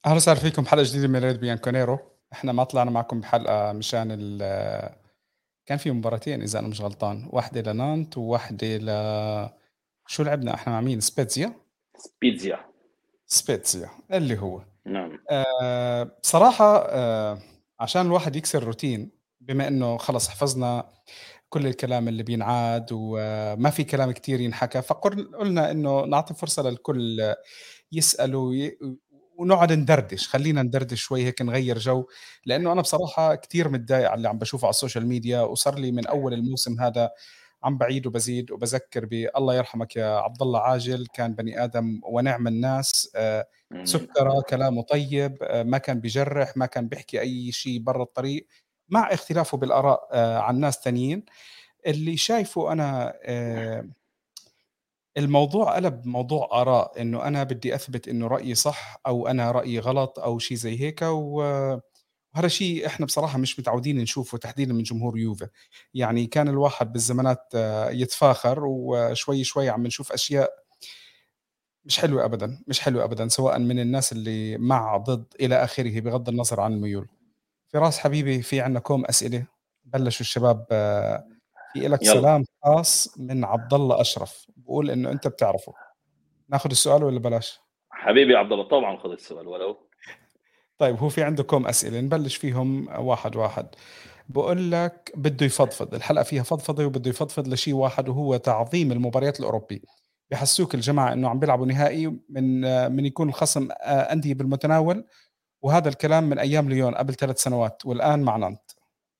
أهلا وسهلا فيكم بحلقة جديدة من ريد بيانكونيرو. احنا ما طلعنا معكم بحلقة مشان كان في مباراتين إذا أنا مش غلطان، واحدة لنانت وواحدة شو لعبنا احنا مع مين؟ سبيتزيا. بيتزا. سبيتزيا اللي هو نعم. بصراحة عشان الواحد يكسر روتين، بما إنه خلص حفظنا كل الكلام اللي بينعاد وما في كلام كتير ينحكى، فقلنا إنه نعطي فرصة للكل يسألوا ونقعد ندردش، خلّينا ندردش شوي هيك نغيّر جو، لإنه أنا بصراحة كتير متضايق على اللي عم باشوفه على السوشيال ميديا، وصار لي من أول الموسم هذا عم باعيد وبازيد وباذكّر الله يرحمك يا عبد الله عاجل، كان بني آدم ونعم الناس، آمين. سُكّرة، كلامه طيب، ما كان بيجرّح، ما كان بيحكي أي شي برّا الطريق، مع اختلافه بالآراء عن ناس تانيين. اللي شايفه أنا الموضوع قَلَب موضوع آراء، إنه أنا بدّي أثبت إنه رأيي صح أو أنا رأيي غلط أو شي زي هيك، وهذا شيء إحنا بصراحة مش متعودين نشوفه تحديدًا من جمهور يوفي. يعني كان الواحد بالزمانات يتفاخر، وشوي شوي عم نشوف أشياء مش حلوة أبدًا، مش حلوة أبدًا، سواء من الناس اللي مع، ضد، إلى آخره بغض النظر عن الميول. فراس حبيبي، في عندنا كوم أسئلة، بلشوا الشباب. في إلك يلا سلام خاص من عبد الله أشرف، بيقول إنه أنت بتعرفه. ناخد السؤال والّا بلاش؟ حبيبي عبد الله، طبعا خذ السؤال ولو. طيب، هو في عندكم أسئلة نبلش فيهم واحد واحد. بقول لك بده يفضفض، الحلقة فيها فضفضة وبده يفضفض لشيء واحد، وهو تعظيم المباريات الأوروبية. بيحسوك الجماعة إنه عم بيلعبوا نهائي من يكون الخصم أندية بالمتناول، وهذا الكلام من أيام ليون قبل 3 سنوات، والآن مع نانت.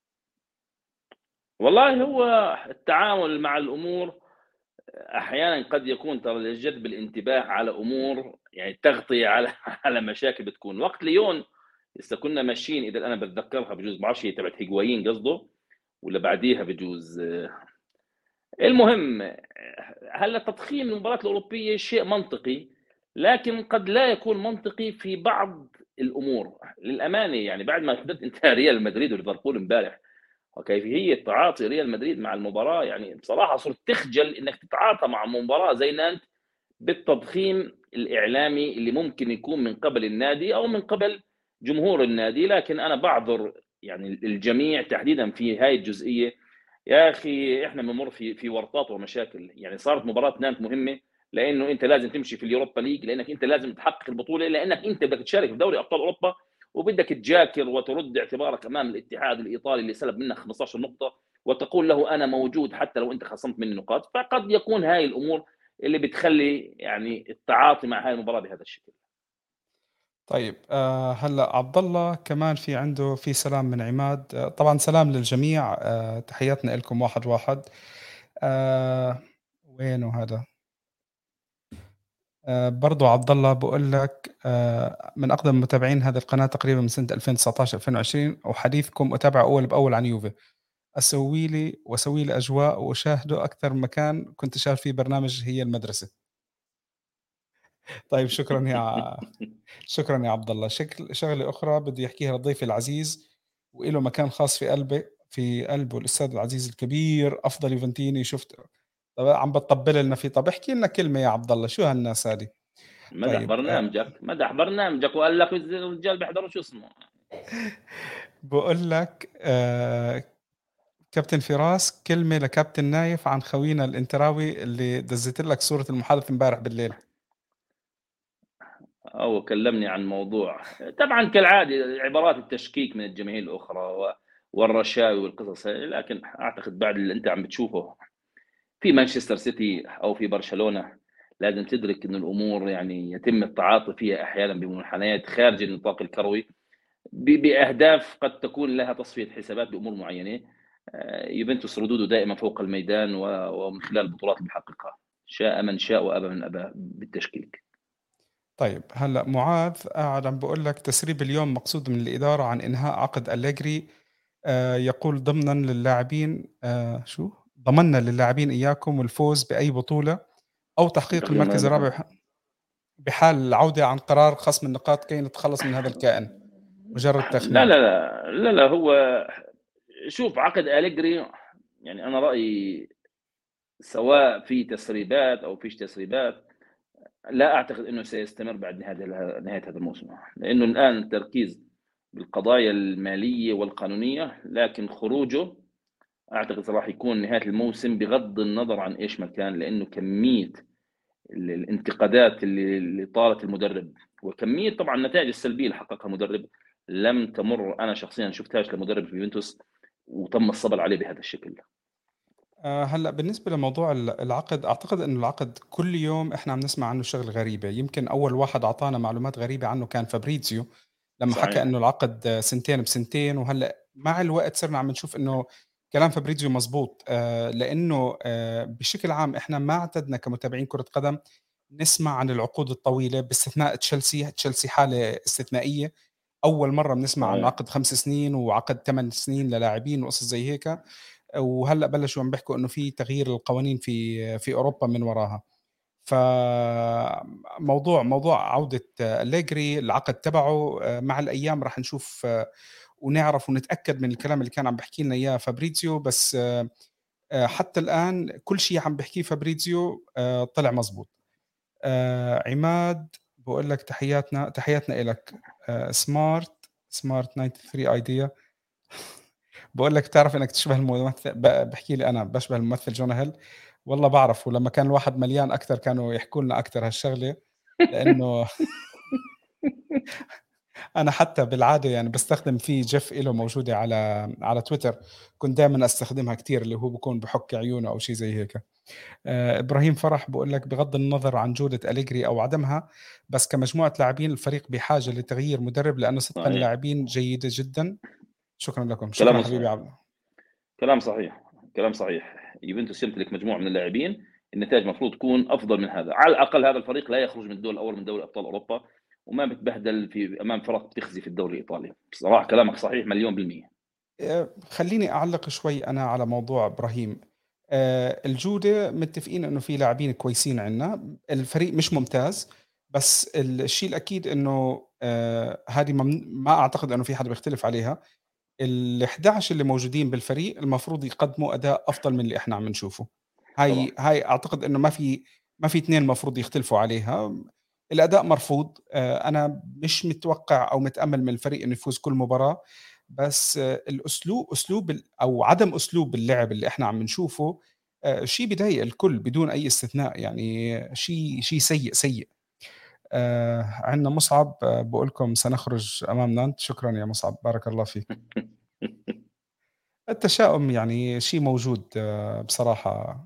والله هو التعامل مع الامور احيانا قد يكون ترى لجذب الانتباه على امور، يعني تغطيه على على مشاكل بتكون وقت ليون. لسه كنا ماشيين، اذا انا بتذكرها بجوز، ما بعرفش هي تبعت هيجوايين قصده ولا بعديها بجوز. المهم، هلا تضخيم المباريات الاوروبيه شيء منطقي، لكن قد لا يكون منطقي في بعض الامور للامانه. يعني بعد ما حضرت انت ريال مدريد وليفربول امبارح وكيفيه تعاطي ريال مدريد مع المباراه، يعني بصراحه صرت تخجل انك تتعاطى مع مباراه زي نانت بالتضخيم الاعلامي اللي ممكن يكون من قبل النادي او من قبل جمهور النادي. لكن انا بعذر يعني الجميع تحديدا في هاي الجزئيه. يا اخي احنا بنمر في ورطات ومشاكل. يعني صارت مباراه نانت مهمه لانه انت لازم تمشي في اليوروبا ليج، لانك انت لازم تحقق البطوله، لانك انت بدك تشارك في دوري ابطال اوروبا وبدك تجاكر وترد اعتبارك امام الاتحاد الايطالي اللي سلب منك 15 نقطه، وتقول له انا موجود حتى لو انت خصمت مني نقاط. فقد يكون هاي الامور اللي بتخلي يعني التعاطي مع هاي المباراه بهذا الشكل. طيب، هلأ عبد الله كمان في عنده في سلام من عماد، طبعًا سلام للجميع، تحياتنا إلكم واحد واحد. وينه هذا؟ برضه عبد الله بيقول لك من أقدم متابعين هذه القناة تقريبًا من سنة 2019 2020، وحديثكم أتابعه أول بأول عن يوفي. وأسوي لي أجواء وأشاهده أكثر من مكان كنت شايف فيه برنامج هي المدرسة. طيب، شكرًا يا عبد الله. شغلة أخرى بدي أحكيها لضيفي العزيز وإله مكان خاص في قلبي، في قلبه، الأستاذ العزيز الكبير، أفضل يوفنتيني شُفته. طب عم بتطبّل لنا فيه، طب احكِ لنا كلمة يا عبد الله، شو هالناس هذه؟ مدح طيب، برنامجك، مدح برنامجك وقال لك الرجال بيحضروا شو اسمه. باقول لك كابتن فراس، كلمة لكابتن نايف عن خوينا الإنتراوي اللي دزّيت لك صورة المحادثة امبارح بالليل. أو كلمني عن موضوع، طبعا كالعادة عبارات التشكيك من الجماهير الأخرى والرشاوي والقصص هاي. لكن أعتقد بعد اللي أنت عم بتشوفه في مانشستر سيتي أو في برشلونة لازم تدرك إنه الأمور يعني يتم التعاطي فيها أحيانا بمنحنيات خارج النطاق الكروي بأهداف قد تكون لها تصفية حسابات بأمور معينة. يوفنتوس ردوده دائما فوق الميدان ومن خلال البطولات اللي بيحققها، شاء من شاء وأبى من أبى بالتشكيك. طيب، هلأ معاذ قاعد عم بيقول لك تسريب اليوم مقصود من الإدارة عن إنهاء عقد أليجري. يقول ضمنًا للاعبين، شو؟ ضمننا للاعبين إياكم الفوز بأي بطولة أو تحقيق المركز الرابع بحال العودة عن قرار خصم النقاط كي نتخلص من هذا الكائن. مجرد لا تخمين. لا لا لا لا، هو شوف عقد أليجري، يعني أنا رأيي سواء في تسريبات أو فيش تسريبات، لا أعتقد إنه سيستمر بعد نهاية هذا الموسم، لأنه الآن التركيز بالقضايا المالية والقانونية، لكن خروجه أعتقد راح يكون نهاية الموسم بغض النظر عن إيش ما كان، لأنه كمية الانتقادات اللي طالت المدرب، وكمية طبعا النتائج السلبية اللي حققها المدرب لم تمر، أنا شخصيا شفتهاش لمدرب في يوفنتوس وتم الصبر عليه بهذا الشكل. هلأ بالنسبة لموضوع العقد، أعتقد إنه العقد كل يوم إحنا عم نسمع عنه شغلة غريبة. يمكن أول واحد أعطانا معلومات غريبة عنه كان فابريزيو، لمّا حكى صحيح. إنه العقد سنتين بسنتين، وهلأ مع الوقت صرنا عم نشوف إنه كلام فابريزيو مضبوط. لإنه بشكل عام إحنا ما اعتدنا كمتابعين كرة قدم نسمع عن العقود الطويلة باستثناء تشيلسي. تشيلسي حالة استثنائية، أول مرّة بنسمع عن صحيح. عقد 5 سنين وعقد 8 سنين للاعبين وقصص زي هيك. وهلأ بلشوا عم بيحكوا إنه في تغيير القوانين في أوروبا من وراها. موضوع عودة أليجري، العقد تبعه مع الأيام راح نشوف ونعرف ونتأكد من الكلام اللي كان عم بيحكي لنا إياه فابريزيو. بس حتى الآن كل شي عم بيحكيه فابريزيو طلع مزبوط. عماد بيقول لك تحياتنا إلك. smart 93 idea باقول لك بتعرف إنك تشبه الممثل، باحكي لي أنا باشبه الممثل جونah هيل. والله باعرف، ولمّا كان الواحد مليان أكتر كانوا يحكوا لنا أكتر هالشغلة. لإنه أنا حتى بالعادة يعني باستخدم في GIF إله موجودة على تويتر، كنت دايمًا أستخدمها كتير، اللي هو بيكون بيحُك عيونه أو شي زي هيك. إبراهيم فرح بيقول لك بغض النظر عن جودة أليجري أو عدمها، بس كمجموعة لاعبين الفريق بحاجة لتغيير مدرب، لأنه صدقًا صحيح. اللاعبين جيدة جدًا. شكرًا لكم، شكرًا كلامه حبيبي صحيح. كلام صحيح. كلام صحيح. يوفنتوس يمتلك مجموعة من اللاعبين، النتائج المفروض تكون أفضل من هذا، على الأقل هذا الفريق لا يخرج من الدور الأول من دوري أبطال أوروبا، وما بتبهدل في أمام فرق بتخزي في الدوري الإيطالي. بصراحة كلامك صحيح مليون بالمية. خلّيني أعلّق شوي أنا على موضوع إبراهيم. الجودة متّفقين إنه في لاعبين كويسين عندنا، الفريق مش ممتاز، بس الشيء الأكيد إنه هذه ما أعتقد إنه في حدا بيختلف عليها. ال11 اللي موجودين بالفريق المفروض يقدموا أداء أفضل من اللي إحنا عم نشوفه. طبعًا. هاي أعتقد إنه ما في 2 المفروض يختلفوا عليها. الأداء مرفوض. أنا مش متوقع أو متأمل من الفريق إنه يفوز كل مباراة، بس أسلوب أو عدم أسلوب اللعب اللي إحنا عم نشوفه شيء بيضايق الكل بدون أي استثناء، يعني شيء سيء، سيء. عندنا مصعب بيقول لكم سنخرج أمام نانت. شكرًا يا مصعب، بارك الله فيك. التشاؤم يعني شيء موجود بصراحة.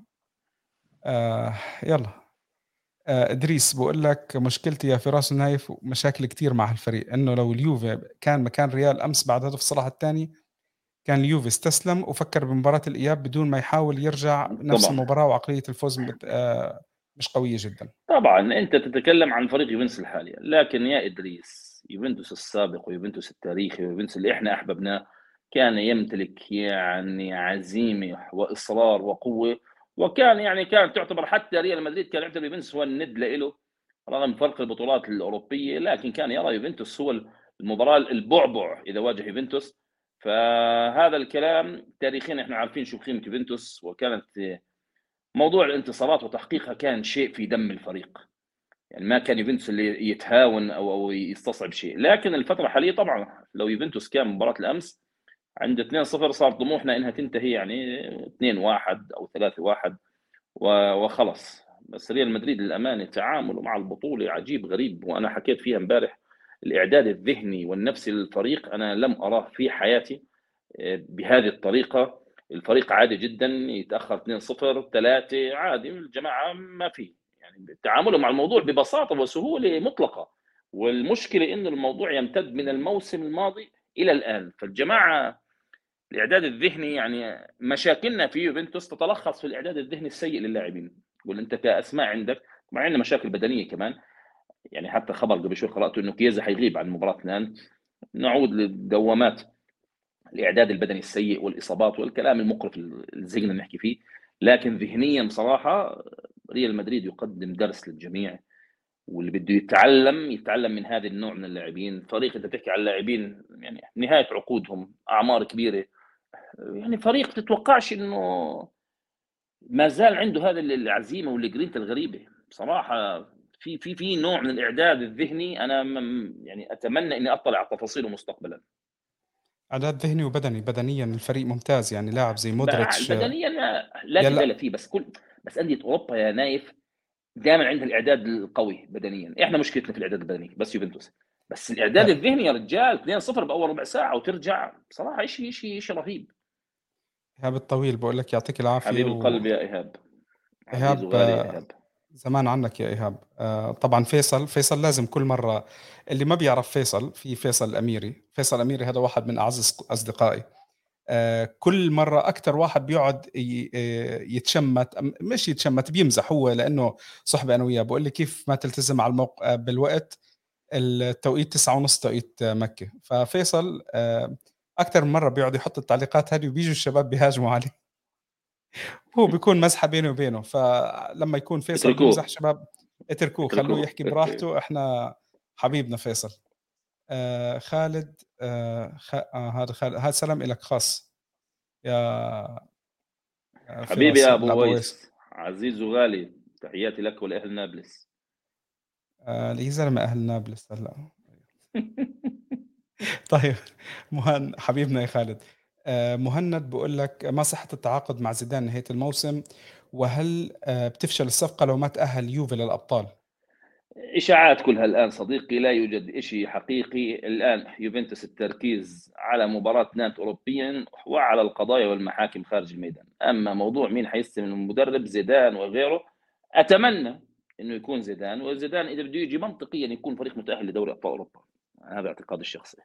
يالّا. إدريس بيقول لك مشكلتي يا فراس ونايف مشاكل كتير مع هالفريق، إنه لو اليوفي كان مكان ريال أمس بعد هدف صلاح التاني، كان اليوفي استسلم وفكّر بمباراة الإياب بدون ما يحاول يرجع نفس طبعًا. المباراة، وعقلية الفوز مش قوية جدًا. طبعًا أنت تتكلم عن فريق يوفنتوس الحالي، لكن يا إدريس يوفنتوس السابق ويوفنتوس التاريخي ويوفنتوس اللي إحنا أحببناه كان يمتلك يعني عزيمة وإصرار وقوة، وكان يعني كانت تعتبر حتى ريال مدريد كان يعتبر يوفنتوس هو الند لإله رغم فرق البطولات الأوروبية، لكن كان يرى يوفنتوس هو المباراة البعبع إذا واجه يوفنتوس. فهذا الكلام تاريخيًا إحنا عارفين شو قيمة يوفنتوس، وكانت موضوع الانتصارات وتحقيقها كان شيء في دم الفريق. يعني ما كان يوفنتوس اللي يتهاون أو يستصعب شيء، لكن الفترة الحالية طبعًا لو يوفنتوس كان مباراة الأمس عند 2-0 صار طموحنا إنها تنتهي يعني 2-1 أو 3-1 وخلص. بس ريال مدريد للأمانة تعامله مع البطولة عجيب غريب، وأنا حكيت فيها امبارح. الإعداد الذهني والنفسي للفريق أنا لم أراه في حياتي بهذه الطريقة. الفريق عادي جدًا يتأخر 2-0 3 عادي الجماعة ما في، يعني تعاملهم مع الموضوع ببساطة وسهولة مطلقة، والمشكلة إنه الموضوع يمتد من الموسم الماضي إلى الآن. فالجماعة الإعداد الذهني يعني مشاكلنا في يوفنتوس تتلخص في الإعداد الذهني السيء للاعبين، وأنت كأسماء عندك مع عندنا مشاكل بدنية كمان. يعني حتى خبر قبل شوي قرأته إنه كيزا حيغيب عن مباراة نانت. نعود للدوامات الإعداد البدني السيء والإصابات والكلام المقرف اللي زهقنا نحكي فيه. لكن ذهنيًا بصراحة ريال مدريد يقدم درس للجميع، واللي بده يتعلم من هذا النوع من اللاعبين. فريق أنت بتحكي عن لاعبين يعني نهاية عقودهم، أعمار كبيرة، يعني فريق تتوقعش إنه ما زال عنده هذا العزيمة والجرينتا الغريبة. بصراحة في نوع من الإعداد الذهني أنا يعني أتمنى إني أطلع على تفاصيله مستقبلا. إعداد ذهني وبدني، بدنيًا الفريق ممتاز، يعني لاعب زي مودريتش بدنيا لا يا جدال لأ فيه، بس أندية أوروبا يا نايف دائما عندها الإعداد القوي بدنيا، إحنا مشكلتنا في الإعداد البدني بس يوفنتوس. بس الإعداد أ الذهني يا رجال 2-0 بأول ربع ساعة وترجع، بصراحة شيء رهيب. إيهاب الطويل باقول لك يعطيك العافية، حبيب القلب يا إيهاب، عزيز إيهاب وغالي يا إيهاب. زمان عنك يا إيهاب. طبعًا فيصل لازم كل مرّة، اللي ما بيعرف فيصل، في فيصل الأميري، فيصل الأميري هذا واحد من أعز أصدقائي. كل مرّة أكتر واحد بيقعد يتشمّت، مش يتشمّت، بيمزح هو لإنه صُحبة أنا وياه، باقول لي: "كيف ما تلتزم على بالوقت، التوقيت 09:30 توقيت مكة." ففيصل أكتر من مرّة بيقعد يحط التعليقات هذه وبييجوا الشباب بيهاجموا عليه. هو بيكون مزحة بيني وبينه، فلمّا يكون فيصل بيمزح اتركوه، شباب اتركوه، خلّوه اتركوه. يحكي براحته، إحنا حبيبنا فيصل. خالد هذا سلام إلك خاص يا حبيبي يا فراس أبو العبويس. ويس، عزيز وغالي، تحياتي لك ولأهل نابلس. يا زلمة أهل نابلس هلأ. طيب حبيبنا يا خالد. مهند بيقول لك: ما صحة التعاقد مع زيدان نهاية الموسم؟ وهل بتفشل الصفقة لو ما تأهل يوفي للأبطال؟ إشاعات كلها الآن صديقي، لا يوجد شيء حقيقي الآن. يوفنتوس التركيز على مباراة نانت أوروبيا وعلى القضايا والمحاكم خارج الميدان. أما موضوع مين حيستلم المدرب، زيدان وغيره، أتمنى إنه يكون زيدان، وزيدان إذا بده يجي منطقيا يكون فريق متأهل لدوري أبطال أوروبا. هذا اعتقادي الشخصي.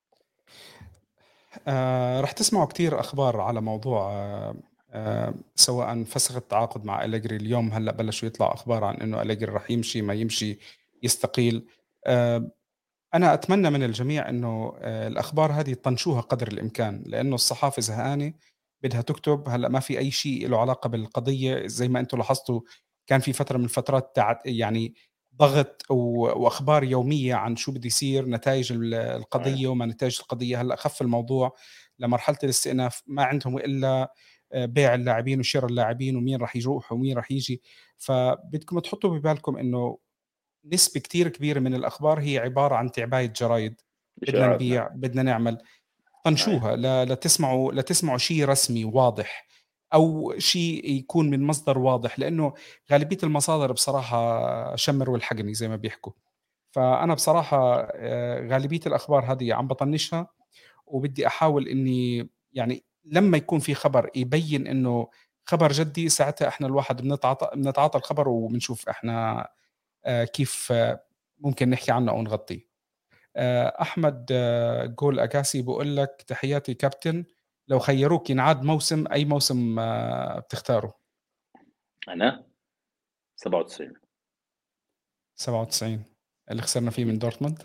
رح تسمعوا كتير أخبار على موضوع سواء فسخ التعاقد مع أليجري اليوم. هلأ بلشوا يطلع أخبار عن إنه أليجري رح يمشي، ما يمشي، يستقيل. آآ أنا أتمنى من الجميع إنه الأخبار هذه يطنشوها قدر الإمكان، لإنه الصحافة زهقانة، بدها تكتب. هلأ ما في أي شيء له علاقة بالقضية، زي ما أنتم لاحظتوا كان في فترة من الفترات يعني ضغط وأخبار يومية عن شو بده يصير، نتايج صحيح. القضية وما نتايج القضية. هلأ خف الموضوع لمرحلة الاستئناف، ما عندهم إلا بيع اللاعبين وشرا اللاعبين ومين راح يروح ومين راح ييجي. فبدكم تحطوا ببالكم إنه نسبة كتير كبيرة من الأخبار هي عبارة عن تعباية جرايد، بدنا إشاعات، نعم. نبيع، بدنا نعمل. صحيح. طنشوها لا تسمعوا شي رسمي واضح، أو شي يكون من مصدر واضح، لإنه غالبية المصادر بصراحة شمّر والحقني زي ما بيحكوا. فأنا بصراحة غالبية الأخبار هذه عم باطنّشها، وبدي أحاول إني يعني لمّا يكون في خبر يبيّن إنه خبر جدّي، ساعتها إحنا الواحد بنتعاطى الخبر وبنشوف إحنا كيف ممكن نحكي عنه أو نغطيه. أحمد جول أكاسي بيقول لك: تحياتي كابتن، لو خيّروك ينعاد موسم، أي موسم بتختاره؟ أنا 97. 97 اللي خسرنا فيه من أكيد. دورتموند؟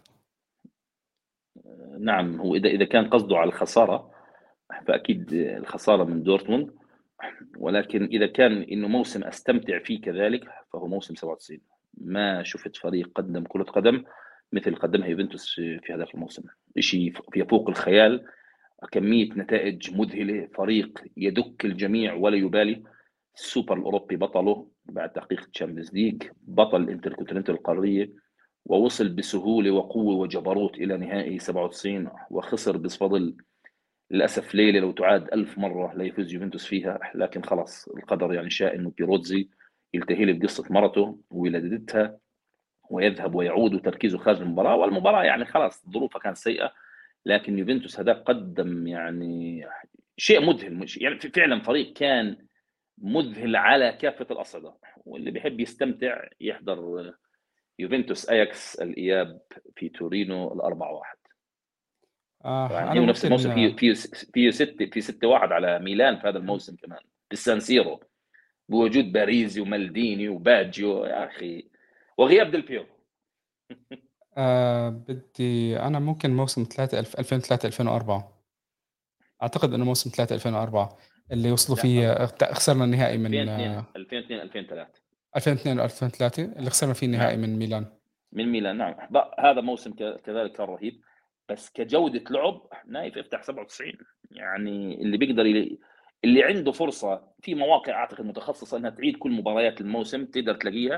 نعم، هو إذا كان قصده على الخسارة فأكيد الخسارة من دورتموند، ولكن إذا كان إنه موسم أستمتع فيه كذلك فهو موسم 97. ما شُفت فريق قدّم كرة قدم مثل قدّمها يوفنتوس في هذاك الموسم. شيء يفوق الخيال، كمية نتائج مذهلة، فريق يدُك الجميع ولا يبالي. السوبر الأوروبي بطله بعد تحقيق الشامبيونز ليج، بطل الانتركونتيننتال القارية، ووصل بسهولة وقوة وجبروت إلى نهائي 97 وخسر بفضل، للأسف، ليلة لو تعاد 1000 مرة لا يفوز يوفنتوس فيها. لكن خلاص القدر يعني شاء إنه بيروتزي يلتهي لي بقصة مرته وولادتها ويذهب ويعود وتركيزه خارج المباراة، والمباراة يعني خلاص ظروفها كانت سيئة. لكن يوفنتوس هذاك قدم يعني شيء مذهل، مش يعني فعلا فريق كان مذهل على كافة الأصعدة. واللي بيحب يستمتع يحضر يوفنتوس أياكس الإياب في تورينو الأربعة واحد. طبعا أنا هي نفس ممكن الموسم، في 6-1 على ميلان في هذا الموسم كمان في السان سيرو، بوجود باريزي ومالديني وباجيو يا أخي، وغياب ديل بيرو. أنا ممكن موسم 2003 2004. أعتقد إنه موسم 3 2004 اللي وصلوا لا، فيه خسرنا النهائي من 2002 2003 2002 و2003 اللي خسرنا فيه النهائي نعم، من ميلان. من ميلان. نعم، هذا موسم كذلك كان رهيب. بس كجودة لعب نايف افتح 97. يعني اللي بيقدر اللي عنده فرصة في مواقع أعتقد متخصصة أنها تعيد كل مباريات الموسم تقدر تلاقيها،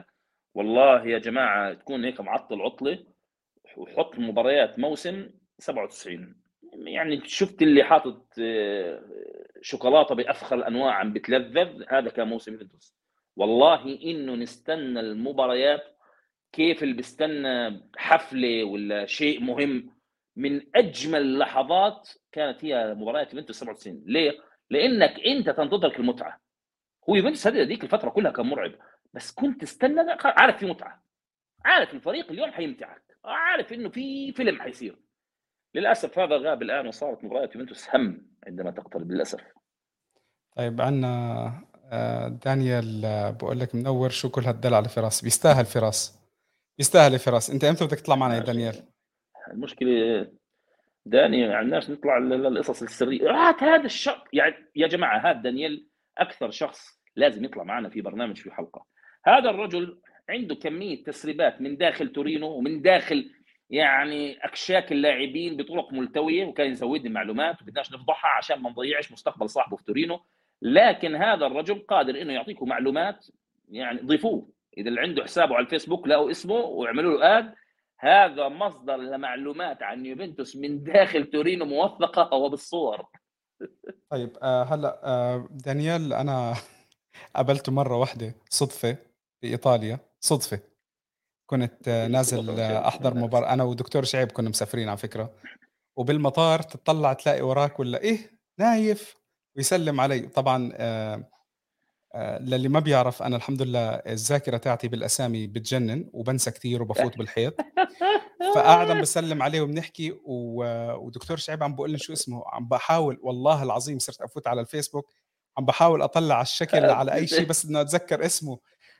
والله يا جماعة تكون هيك معطل عطلة وحط مباريات موسم 97. يعني شفت اللي حاطط شوكولاتة بأفخر الأنواع عم بتلذذ، هذا كان موسم يوفنتوس. والله إنه نستنى المباريات كيف اللي بيستنى حفلة ولا شيء مهم. من أجمل اللحظات كانت هي مباريات يوفنتوس 97. ليه؟ لأنك أنت تنتظرك المتعة. هو يوفنتوس هذيك الفترة كلها كان مرعب، بس كنت تستنى، عارف في متعة، عارف الفريق اليوم حيمتعك، عارف انه في فيلم حيصير. للاسف هذا غاب الان، وصارت مباريات يوفنتوس هم عندما تقترب للاسف. طيب عندنا دانيال بقول لك منور، شو كل هالدلع على فراس؟ بيستاهل فراس، بيستاهل يا فراس. أنت إمتى بدك تطلع معنا يا ماشي. دانيال؟ المشكله داني يعني الناس نطلع للقصص السريه، هذا الشخص يعني يا جماعه، هذا دانيال اكثر شخص لازم يطلع معنا في برنامج في حلقه. هذا الرجل عنده كميه تسريبات من داخل تورينو ومن داخل يعني اكشاك اللاعبين بطرق ملتويه، وكان يزودني معلومات وبدناش نفضحها عشان ما نضيعش مستقبل صاحبه في تورينو. لكن هذا الرجل قادر انه يعطيكم معلومات. يعني ضيفوه، اذا اللي عنده حسابه على الفيسبوك لاقوا اسمه واعملوا له اد. هذا مصدر لمعلومات عن يوفنتوس من داخل تورينو موثقة وبالصور. طيب هلأ دانيال أنا قابلته مرة واحدة صدفة بإيطاليا، صدفة. كنت أكيد الصدف نازل مشاركة أحضر الناس. أنا ودكتور شعيب كنا مسافرين على فكرة، وبالمطار تطلّع تلاقي وراك والّا إيه نايف ويسلّم علي. طبعًا للي ما بيعرف أنا الحمد لله الذاكرة تاعتي بالأسامي بتجنن وبانسى كتير وبافوت بالحيط. فقاعد عم باسلّم عليه وبنحكي ودكتور شعيب عم بيقول لي شو اسمه، عم باحاول والله العظيم صرت أفوت على الفيسبوك عم باحاول أطلّع على الشكل على أي شي بس إنه أتذكّر اسمه.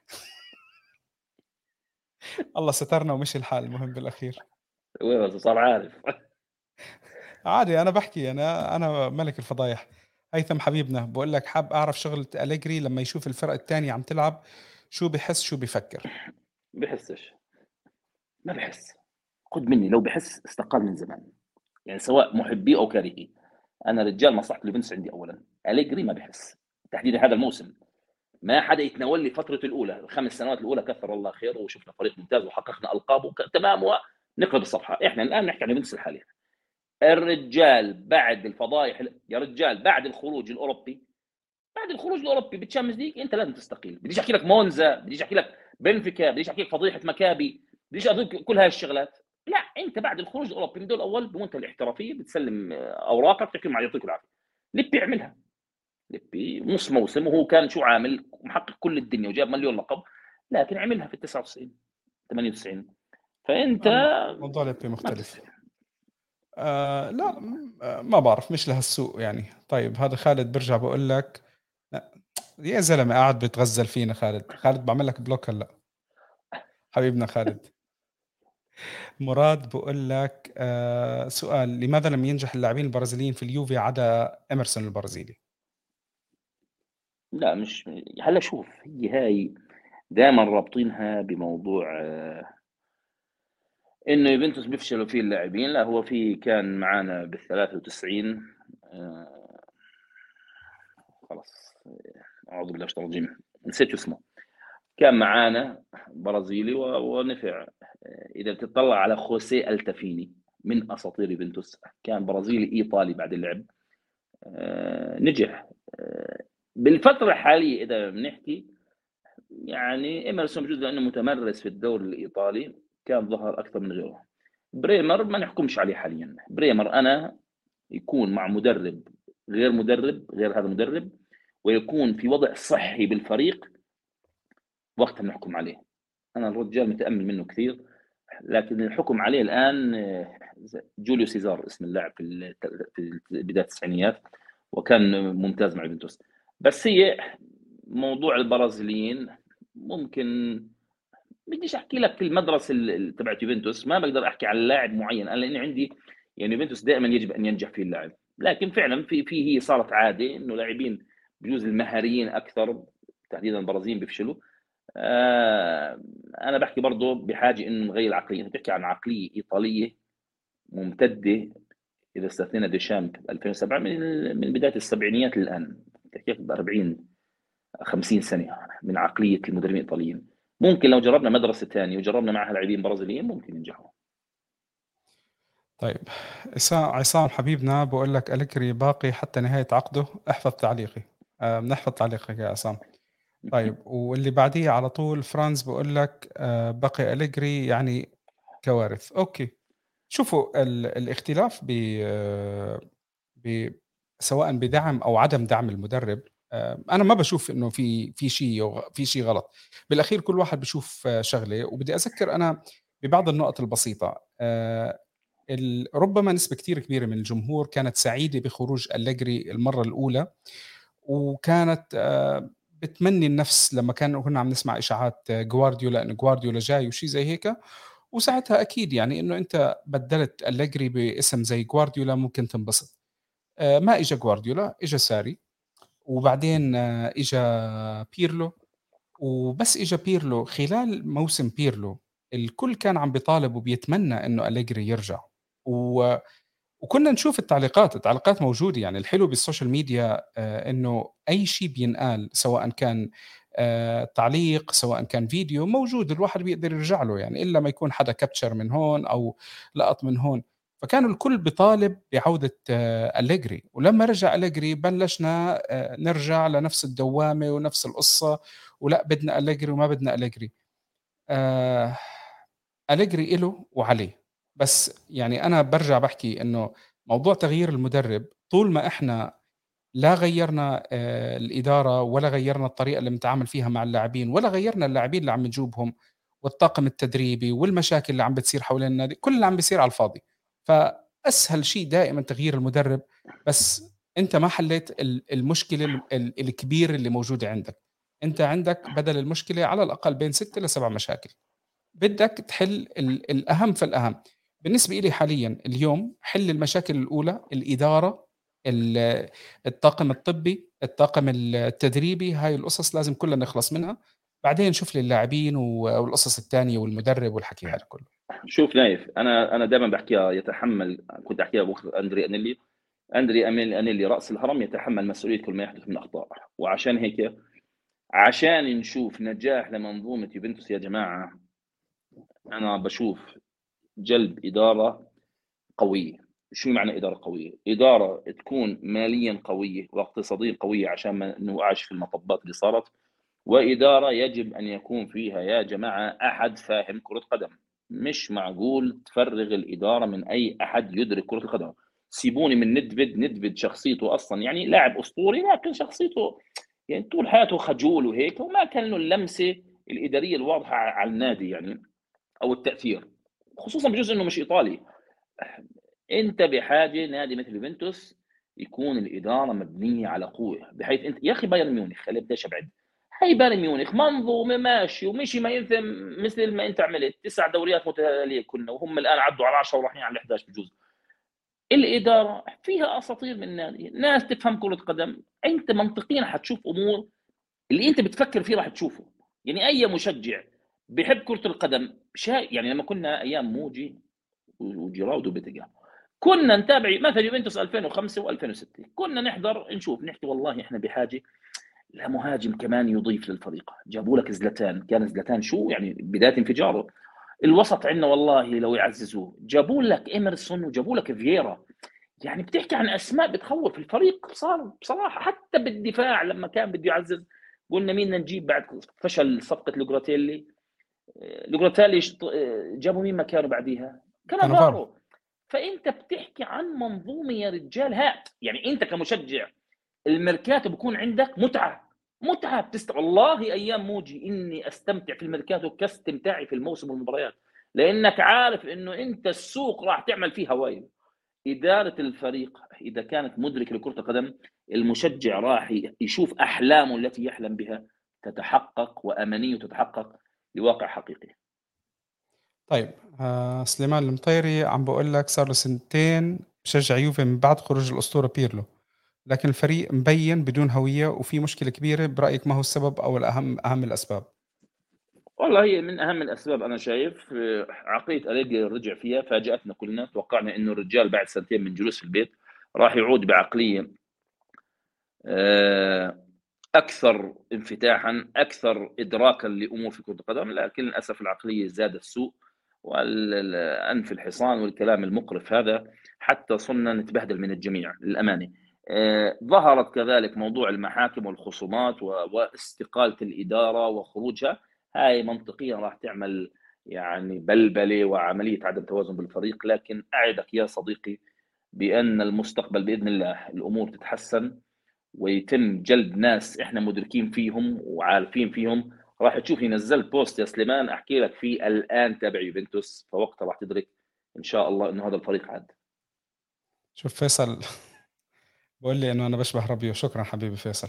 الله سترنا ومشي الحال المهم بالأخير. صار عارف. عادي أنا باحكي أنا ملك الفضايح. هيثم حبيبنا بيقول لك حاب أعرف شغلة أليجري لمّا يشوف الفرق التانية عم تلعب شو بيحس شو بيفكر؟ بحسش، ما بحس. خد مني، لو بحس استقال من زمان. يعني سواء محبيه او كارهيه، انا رجال مصلحه اليوفنتوس عندي اولا. أليجري ما بحس، تحديدا هذا الموسم ما حدا يتناول لي فترة الأولى، الخمس سنوات الأولى كثر الله خيره وشفنا فريق ممتاز وحققنا ألقاب تمام، ونقلب الصفحة. إحنا الآن نحكي عن يوفنتوس الحالي. الرجال بعد الفضايح يا رجال، بعد الخروج الأوروبي، بعد الخروج الأوروبي بالتشامبيونز ليج أنت لازم تستقيل. بديش أحكي لك مونزا، بديش أحكي لك بنفيكا، بديش أحكي لك فضيحة مكابي، بديش أعطيك كل هاي الشغلات. لا، أنت بعد الخروج الأوروبي من الدور الأول بمنتهى الاحترافية بتسلم أوراقك، بتحكي لهم يعطيكم العافية. ليبي يعملها، ليبي نص موسم وهو كان شو عامل، محقق كل الدنيا وجاب مليون لقب، لكن عملها في ال 99 98. فانت موضوع ليبي ما مختلف. بتستاهل. لأ ما باعرف مش لهالسوء يعني. طيب هذا خالد بيرجع بيقول لك لأ يا زلمة قاعد بيتغزل فينا خالد، خالد باعمل لك بلوك هلأ. حبيبنا خالد. مراد بيقول لك سؤال لماذا لم ينجح اللاعبين البرازيليين في اليوفي عدا إميرسون البرازيلي؟ لا مش، هلا شوف، هي هاي دائما رابطينها بموضوع انه يوفنتوس بيفشلوا فيه اللاعبين. لا، هو في كان معانا بال 93 آه، خلاص، اعوذ بالله من الشيطان الرجيم، نسيت شو اسمه. كان معانا برازيلي ونفع. اذا بتطلع على خوسيه التافيني من اساطير يوفنتوس، كان برازيلي ايطالي بعد اللعب، نجح. بالفتره الحاليه اذا بنحكي، يعني ايمرسون بجوز لانه متمرس في الدوري الايطالي كان ظهر اكثر من غيره. بريمر ما نحكمش عليه حاليا. بريمر انا يكون مع مدرب غير مدرب غير هذا المدرب، ويكون في وضع صحي بالفريق، وقتها بنحكم عليه. انا الرجال متامل منه كثير، لكن الحكم عليه الان جوليو سيزار اسم اللاعب في بدايه التسعينيات، وكان ممتاز مع يوفنتوس. بس هي موضوع البرازيليين ممكن، بديش احكي لك في المدرسه تبعت يوفنتوس، ما بقدر احكي على لاعب معين انا لاني عندي، يعني يوفنتوس دائما يجب ان ينجح فيه اللاعب. لكن فعلا في هي صارت عاده انه لاعبين بجوز المهاريين اكثر، تحديدا البرازيليين بيفشلوا. انا بحكي برضه بحاجه انه نغير العقليه. انت بتحكي عن عقليه ايطاليه ممتده، اذا استثنينا ديشامب 2007، من بدايه السبعينيات للان، بتحكي ب 40 50 سنه من عقليه المدربين الايطاليين. ممكن لو جربنا مدرسة ثانية وجربنا معها لاعبين برازيليين ممكن ينجحوا. طيب، عصام حبيبنا بيقول لك أليجري باقي حتى نهاية عقده، احفظ تعليقي. بنحفظ تعليقك يا عصام. طيب، واللي بعديه على طول فرانز بيقول لك بقي أليجري يعني كوارث. أوكي، شوفوا الاختلاف ب سواء بدعم أو عدم دعم المدرب. أنا ما باشوف إنه في شيء غلط. بالأخير كل واحد بيشوف شغلة، وبدي أذكّر أنا ببعض النقط البسيطة. ربما نسبة كتير كبيرة من الجمهور كانت سعيدة بخروج أليجري المرّة الأولى، وكانت بتمنّي النفس لمّا كنا عم نسمع إشاعات جوارديولا، إنه جوارديولا جاي وشي زي هيك. وساعتها أكيد يعني إنه أنت بدّلت أليجري باسم زي جوارديولا ممكن تنبسط. ما إجا جوارديولا، إجا ساري، وبعدين إجا بيرلو. وبس إجا بيرلو، خلال موسم بيرلو الكل كان عم بيطالب وبيتمنى إنه أليجري يرجع. و وكنا نشوف التعليقات موجودة. يعني الحلو بالسوشيال ميديا إنه أي شيء بينقال سواء كان تعليق، سواء كان فيديو موجود، الواحد بيقدر يرجع له يعني، إلا ما يكون حدا كابتشر من هون أو لقط من هون. فكانوا الكل بيطالب بعودة أليجري، ولمّا رجع أليجري بلشنا نرجع لنفس الدوامة ونفس القصة، ولأ بدنا أليجري وما بدنا أليجري. آآ أليجري إله وعليه. بس يعني أنا بارجع باحكي إنه موضوع تغيير المدرب طول ما إحنا لا غيّرنا الإدارة، ولا غيّرنا الطريقة اللي بنتعامل فيها مع اللاعبين، ولا غيّرنا اللاعبين اللي عم نجيبهم، والطاقم التدريبي والمشاكل اللي عم بتصير حوالين النادي، كل اللي عم بيصير على الفاضي. فأسهل شيء دائمًا تغيير المدرب، بس أنت ما حلّيت المشكلة الكبيرة اللي موجودة عندك. أنت عندك بدل المشكلة على الأقل بين 6 ل7 مشاكل. بدك تحل الأهم فالأهم. بالنسبة إلي حاليًا اليوم حل المشاكل الأولى، الإدارة، ال الطاقم الطبي، الطاقم التدريبي، هاي القصص لازم كلها نخلص منها. بعدين شوف لي اللاعبين والقصص التانية والمدرب والحكي هذا كله. شوف نايف، أنا دايمًا باحكيها كنت أحكيها بوقت أندري أنيلي. أنيلي رأس الهرم يتحمل مسؤولية كل ما يحدث من أخطاء. وعشان هيك، عشان نشوف نجاح لمنظومة يوفنتوس يا جماعة، أنا باشوف جلب إدارة قوية. شو معنى إدارة قوية؟ إدارة تكون ماليًا قوية واقتصاديًا قوية عشان ما نوقعش في المطبات اللي صارت. وإدارة يجب أن يكون فيها يا جماعة أحد فاهم كرة قدم. مش معقول تفرغ الإدارة من أي أحد يدرك كرة القدم. سيبوني من ندفد شخصيته أصلا يعني لاعب أسطوري، لكن شخصيته يعني طول حياته خجول وهيك، وما كان له اللمسة الإدارية الواضحة على النادي يعني، أو التأثير، خصوصا بجزء أنه مش إيطالي. أنت بحاجة نادي مثل يوفنتوس يكون الإدارة مبنية على قوة، بحيث أنت يا أخي بايرن ميونخ، خلينا بديش أبعد. هي بايرن ميونخ منظومة ماشي ومشي ما ينثم، مثل ما أنت عملت 9 دوريات متتالية كنا، وهم الآن عدوا على 10 ورايحين على 11 بجوز. الإدارة فيها أساطير من النادي، ناس تفهم كرة قدم. أنت منطقيا حتشوف أمور اللي أنت بتفكر فيه راح تشوفه. يعني أي مشجع بيحب كرة القدم يعني لما كنا أيام موجي وجيراودو وبيتيجا، كنا نتابع مثلا يوفنتوس 2005 و2006، كنا نحضر نشوف نحكي والله احنا بحاجه لمهاجم كمان يضيف للفريق. جابوا لك زلاتان، كان زلاتان شو يعني بدايه انفجاره. الوسط عندنا والله لو يعززوه، جابوا لك ايمرسون وجابوا لك فييرا. يعني بتحكي عن اسماء بتخوف. الفريق صار بصراحه حتى بالدفاع لما كان بده يعزز، قلنا مين نجيب بعد فشل صفقه لوجراتيلي. لوجراتيلي جابوا مين مكانه بعديها؟ كانافارو. كانافارو. فانت بتحكي عن منظومه يا رجال. هات يعني انت كمشجع الميركاتو بكون عندك متعه والله ايام موجي اني استمتع في الميركاتو كاستمتاعي في الموسم والمباريات، لانك عارف انه انت السوق راح تعمل فيه هوايل. اداره الفريق اذا كانت مدركه لكره القدم، المشجع راح يشوف احلامه التي يحلم بها تتحقق، وامانيه تتحقق لواقع حقيقي. طيب، سليمان المطيري عم بيقول لك صار له سنتين بشجع يوفي من بعد خروج الأسطورة بيرلو، لكن الفريق مبين بدون هوية وفي مشكلة كبيرة. برأيك ما هو السبب أو أهم الأسباب؟ والله هي من اهم الاسباب انا شايف عقليه أليجري رجع فيها، فاجاتنا كلنا. توقعنا انه الرجال بعد سنتين من جلوس في البيت راح يعود بعقليه آه، أكثر انفتاحًا، أكثر إدراكًا لأمور في كرة القدم، لكن للأسف العقلية زاد السوء أنف الحصان والكلام المقرف هذا، حتى صرنا نتبهدل من الجميع للأمانة. ظهرت كذلك موضوع المحاكم والخصومات واستقالة الإدارة وخروجها، هاي منطقيًا راح تعمل يعني بلبلة وعملية عدم توازن بالفريق، لكن أعدك يا صديقي بأن المستقبل بإذن الله الأمور تتحسن ويتم جلب ناس احنا مدركين فيهم وعارفين فيهم. راح تشوفني نزلت بوست يا سليمان احكي لك فيه الان تابع يوفنتوس، فوقتها راح تدرك ان شاء الله انه هذا الفريق عاد. شوف فيصل بيقول لي إنه أنا باشبه رابيو، شكرًا حبيبي فيصل.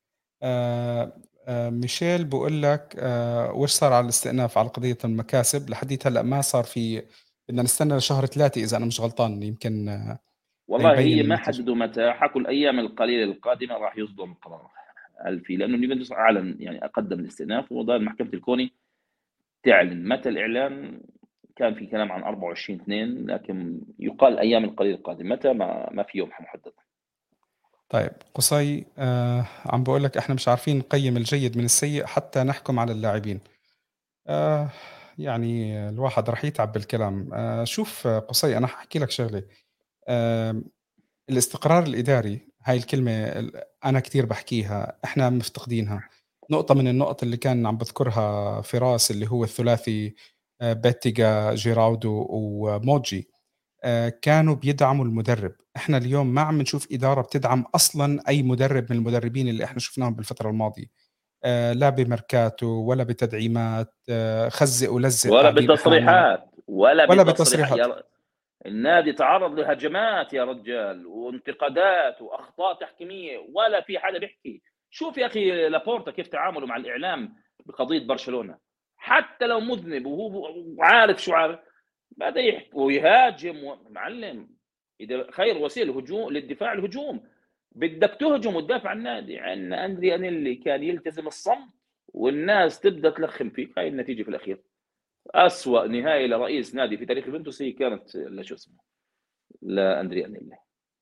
ميشيل بيقول لك وش صار على الاستئناف على قضية المكاسب؟ لحديت هلأ ما صار في، بدنا نستنى لشهر 3 إذا أنا مش غلطان، يمكن والله ليبين هي ما النتيجة. حددوا متى، حكوا الايام القليله القادمه راح يصدر القرار. هل في، لانه اليوفنتوس اعلن يعني اقدم الاستئناف وضال محكمه الكوني تعلن متى الاعلان. كان في كلام عن 24/2 لكن يقال الايام القليله القادمه، متى ما في يوم محدد. طيب قصي عم بقول لك إحنا مش عارفين نقيم الجيد من السيء حتى نحكم على اللاعبين. آه يعني الواحد راح يتعب بالكلام. شوف قصي، أنا حاحكي لك شغلة. آه الاستقرار الإداري، هاي الكلمة أنا كتير باحكيها، إحنا مفتقدينها. نقطة من النقط اللي كان عم باذكرها فراس اللي هو الثلاثي باتيجا، جيراودو، وموجي، كانوا بيدعموا المدرب. إحنا اليوم ما عم نشوف إدارة بتدعم أصلًا أي مدرب من المدربين اللي إحنا شفناهم بالفترة الماضية، لا بميركاتو ولا بتدعيمات، خزّق ولزق ولا قاعدين إحنا عم بتصريحات، ولا ولا بتصريح بتصريحات. النادي تعرض لهجمات يا رجال وانتقادات واخطاء تحكيميه ولا في حدا بيحكي. شوف يا اخي لابورتا كيف تعامله مع الاعلام بقضيه برشلونه، حتى لو مذنب وهو عارف شو عارف بدا يحكي ويهاجم معلم. اذا خير وسيله هجوم للدفاع الهجوم، بدك تهجم وتدافع عن النادي. عندنا اندري انيلي كان يلتزم الصمت والناس تبدا تلخم فيك. هاي النتيجه في الاخير. أسوأ نهاية لرئيس نادي في تاريخ يوفنتوس هي كانت شو اسمه لاندريا أنيلي.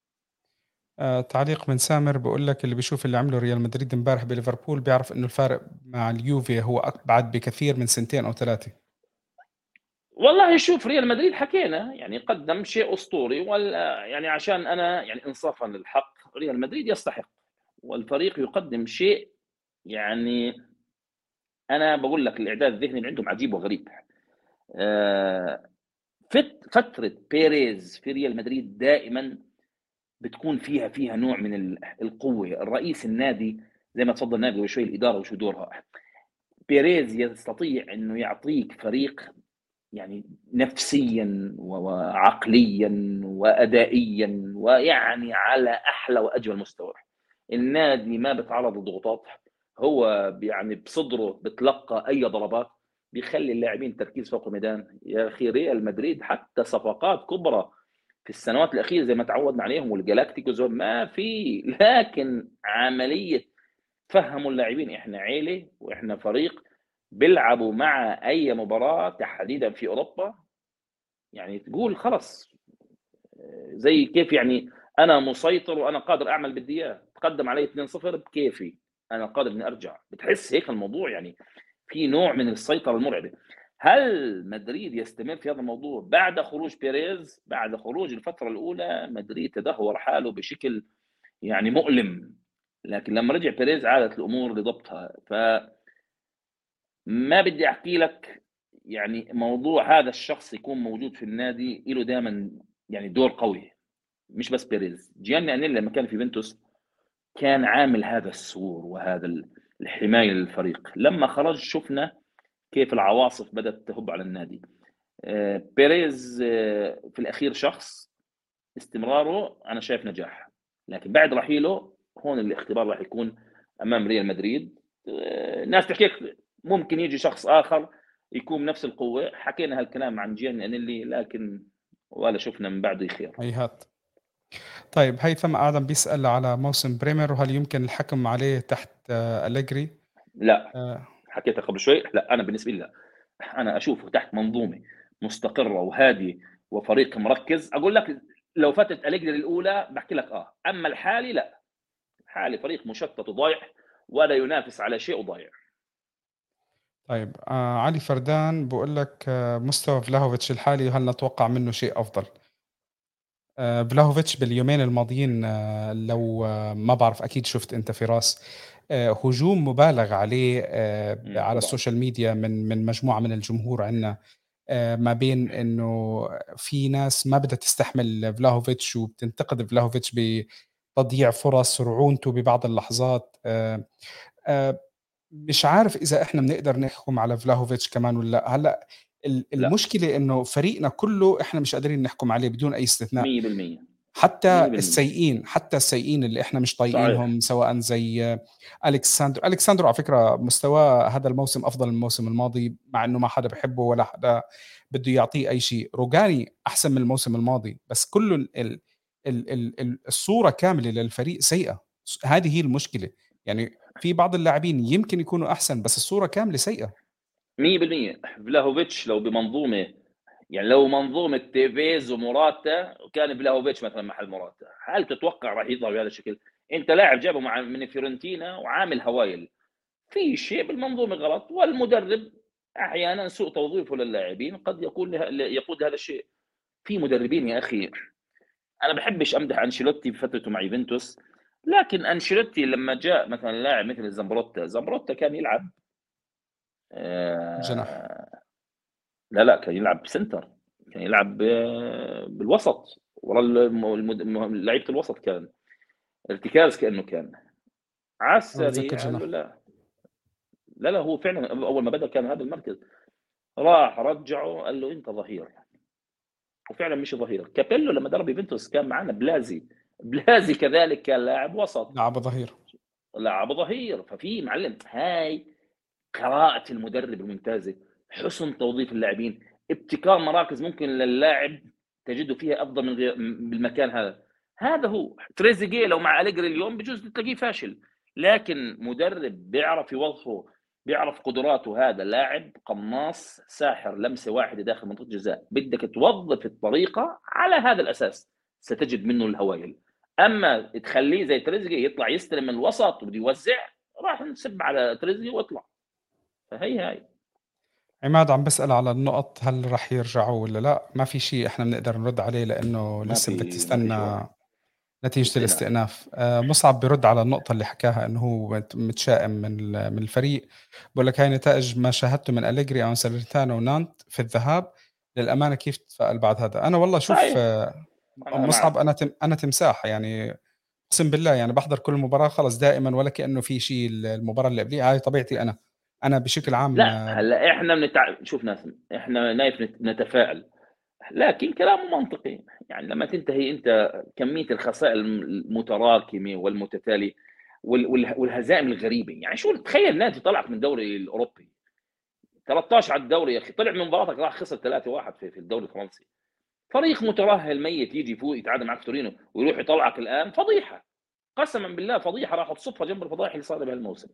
تعليق من سامر بيقول لك اللي بيشوف اللي عمله ريال مدريد امبارح بليفربول بيعرف انه الفارق مع اليوفي هو ابعد بكثير من سنتين او ثلاثه. والله شوف ريال مدريد حكينا يعني قدم شيء أسطوري، ولا يعني عشان أنا يعني إنصافا للحق ريال مدريد يستحق، والفريق يقدم شيء يعني. أنا بقول لك الإعداد الذهني اللي عندهم عجيب وغريب. آه، فترة بيريز في ريال مدريد دائما بتكون فيها نوع من القوة. الرئيس النادي زي ما تفضل نادي وشوي الإدارة وشو دورها. بيريز يستطيع انه يعطيك فريق يعني نفسيا وعقليا وادائيا ويعني على احلى واجمل مستوى. النادي ما بتعرض لضغوطات، هو يعني بصدره بتلقى اي ضربات، بيخلي اللاعبين تركيز فوق الميدان. يا اخي ريال مدريد حتى صفقات كبرى في السنوات الاخيره زي ما تعودنا عليهم والجلاكتيكوس ما في، لكن عمليه فهموا اللاعبين احنا عيله واحنا فريق بيلعبوا مع اي مباراه تحديدا في اوروبا. يعني تقول خلص زي كيف يعني انا مسيطر وانا قادر اعمل اللي بدي اياه. تقدم علي 2-0 بكيفي، انا قادر اني ارجع. بتحس هيك الموضوع يعني في نوع من السيطره المرعبه. هل مدريد يستمر في هذا الموضوع بعد خروج بيريز؟ بعد خروج الفتره الاولى مدريد تدهور حاله بشكل يعني مؤلم، لكن لما رجع بيريز عادت الامور لضبطها. ما بدي احكي لك يعني موضوع هذا الشخص يكون موجود في النادي له دائما يعني دور قوي. مش بس بيريز، جياني انيل لما كان في بنتوس كان عامل هذا السور وهذا الحمايه للفريق. لما خرج شفنا كيف العواصف بدات تهب على النادي. بيريز في الاخير شخص استمراره انا شايف نجاح، لكن بعد رحيله هون الاختبار راح يكون امام ريال مدريد. ناس تحكي لك ممكن يجي شخص اخر يكون بنفس القوه. حكينا هالكلام عن جيان انيلي لكن ولا شفنا من بعده خير. هيهات. طيب هيثم آدم بيسأل على موسم بريمير وهل يمكن الحكم عليه تحت أليجري؟ لا، آه، حكيتها قبل شوي. لا انا بالنسبه لي لا، انا اشوفه تحت منظومه مستقره وهادي وفريق مركز. اقول لك لو فتت أليجري الاولى بحكي لك اما الحالي لا. حالي فريق مشتت وضايع ولا ينافس على شيء وضايع. طيب علي فردان بيقول لك مستوى فلاهوفيتش الحالي هل نتوقع منه شيء أفضل؟ فلاهوفيتش باليومين الماضيين لو ما بعرف أكيد شُفت أنت فراس، هجوم مبالغ عليه على طبعًا. السوشيال ميديا من مجموعة من الجمهور عندنا، ما بين إنه في ناس ما بدها تستحمل فلاهوفيتش وبتنتقد فلاهوفيتش بتضييع فرص، رعونته ببعض اللحظات، آآ مش عارف إذا إحنا بنقدر نحكم على فلاهوفيتش كمان والّا لأ. هلأ لأ، المشكلة إنه فريقنا كلّه إحنا مش قادرين نحكم عليه بدون أي استثناء. 100%، حتى 100%. السيئين، حتى السيئين اللي إحنا مش صحيح. طايقينهم سواء زي أليكساندرو على فكرة مستواه هذا الموسم أفضل من الموسم الماضي، مع إنه ما حدا بيحبه ولا حدا بده يعطيه أي شيء. روجاني أحسن من الموسم الماضي، بس كله الصورة كاملة للفريق سيئة. هذه هي المشكلة. يعني في بعض اللاعبين يمكن يكونوا أحسن، بس الصورة كاملة سيئة. 100%. فلاهوفيتش لو بمنظومة، يعني لو منظومة تيفيز وموراتا، وكان فلاهوفيتش مثلًا محل موراتا، هل تتوقع راح يظهر بهذا الشكل؟ أنت لاعب جابه من فيورنتينا وعامل هوايل، في شيء بالمنظومة غلط، والمدرب أحيانًا سوء توظيفه للاعبين قد يكون يقود لهذا الشيء. في مدربين يا أخي، أنا باحبش أمدح أنشيلوتي بفترته مع يوفنتوس، لكن أنشيلوتي لمّا جاء مثلًا لاعب مثل زامبروتا كان يلعب جناح. لا، لأ، كان يلعب سنتر، كان يلعب بالوسط، ورا الم المد م لعيبة الوسط كان، ارتكاز كإنه كان. على أنا باتذكر السريع قال له جناح. لا. لا، لا، هو فعلًا أول ما بدأ كان هذا المركز، راح رجّعه قال له أنت ظهير، وفعلًا مشي ظهير. كابيلو لمّا درب يوفنتوس كان معانا بلازي، بلازي كذلك كان لاعب وسط، لعبه ظهير. لعبه ظهير. ففي معلم، هاي قراءة المدرب الممتازة، حسن توظيف اللاعبين، ابتكار مراكز ممكن للاعب تجده فيها أفضل من بالمكان هذا. هذا هو تريزيجيه لو مع أليجري اليوم بجوز تلاقيه فاشل، لكن مدرب بيعرف يوظفه، بيعرف قدراته. هذا لاعب قناص ساحر، لمسة واحدة داخل منطقة الجزاء، بدك توظف الطريقة على هذا الأساس ستجد منه الهوايل. أما تخليه زي تريزيجيه يطلع يستلم من الوسط وبده يوزع، راح نسب على تريزيجيه واطلع. فهي هاي. عماد عم بيسأل على النقط هل رح يرجعوا والّا لأ؟ ما في شيء إحنا بنقدر نرد عليه لإنه لسه بدك ما في شغل. تستنى نتيجة استئناف. الاستئناف. مصعب بيرد على النقطة اللي حكاها إنه هو متشائم من الفريق، بيقول لك هاي نتائج ما شاهدته من أليجري أو سالرنتانا ونانت في الذهاب، للأمانة كيف تتفائل بعد هذا؟ أنا والله شوف صحيح. أنا مصعب، معك. أنا تمساح يعني، أقسم بالله يعني باحضر كل مباراة خلص دائمًا ولا كأنه في شيء المباراة اللي قبليها، هاي طبيعتي أنا. أنا بشكل عام لأ، هلأ إحنا شوف ناسم، إحنا نايف نتفائل، لكن كلامه منطقي. يعني لمّا تنتهي أنت كمية الخسائر المتراكمة والمتتالية والهزائم الغريبة. يعني شو، تخيل نادي طلعك من الدوري الأوروبي، 13 على الدوري يا أخي، طلع من مباراتك راح خسر 3-1 في الدوري الفرنسي. فريق مترهل ميت ييجي يفوز يتعادل معك في تورينو ويروح يطلعك الآن، فضيحة. قسمًا بالله فضيحة، راح تصفها جنب الفضايح اللي صايرة بهالموسم.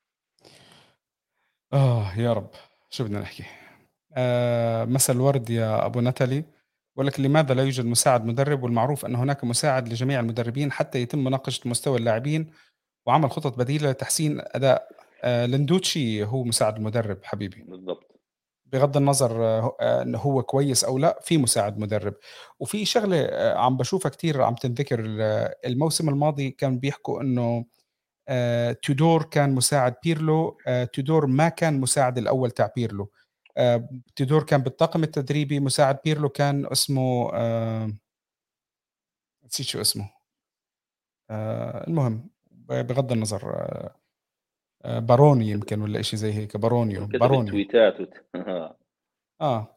يا رب، شو بدنا نحكي؟ مسا الورد يا أبو نتالي، بيقول لك لماذا لا يوجد مساعد مدرب والمعروف أن هناك مساعد لجميع المدربين حتى يتم مناقشة مستوى اللاعبين وعمل خطط بديلة لتحسين أداء. لندوتشي هو مساعد المدرب حبيبي. بالضبط. بغض النظر إن هو كويس أو لأ، في مساعد مدرب. وفي شغلة عم باشوفها كتير عم تنذكر الموسم الماضي كان بيحكوا إنه تودور كان مساعد بيرلو. تودور ما كان مساعد الأول تاع بيرلو. تودور كان بالطاقم التدريبي، مساعد بيرلو كان اسمه نسيت شو اسمه. المهم بغض النظر باروني كت يمكن والّا إشي زي هيك، بارونيو، كتبت بارونيو. تويتات آه.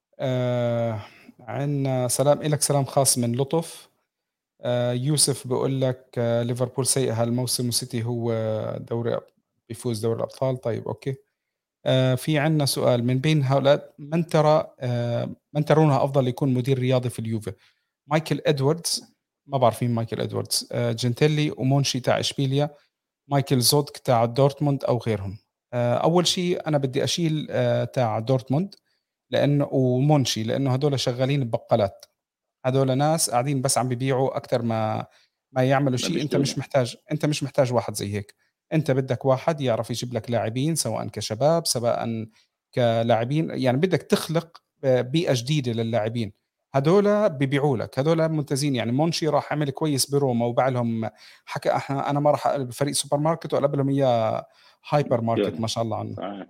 عندنا سلام إلك، سلام خاص من لطف. يوسف بيقول لك ليفربول سيء هالموسم وسيتي هو دوري بيفوز دوري الأبطال. طيب أوكي. في عندنا سؤال من بين هؤلاء من ترونه أفضل يكون مدير رياضي في اليوفي؟ مايكل إدواردز، ما بعرف مين مايكل إدواردز. جنتيلي ومونشي تاع إشبيليا، مايكل زودك تاع دورتموند أو غيرهم. أول شيء أنا بدي أشيل تاع دورتموند لأنه ومونشي لأنه هدول شغالين ببقالات. هدول ناس قاعدين بس عم بيبيعوا أكتر ما يعملوا ما شيء. بيشتغلوا. أنت مش محتاج واحد زي هيك. أنت بدك واحد يعرف يجيب لك لاعبين سواء كشباب، سواء كلاعبين، يعني بدك تخلق بيئة جديدة للاعبين، هدول بيبيعوا لك، هدول ممتازين، يعني مونشي راح عمل كويس بروما وباع لهم، حكى أنا ما راح أقلب فريق سوبر ماركت وأقلب لهم إياه هايبر ماركت ما شاء الله عنه. صحيح.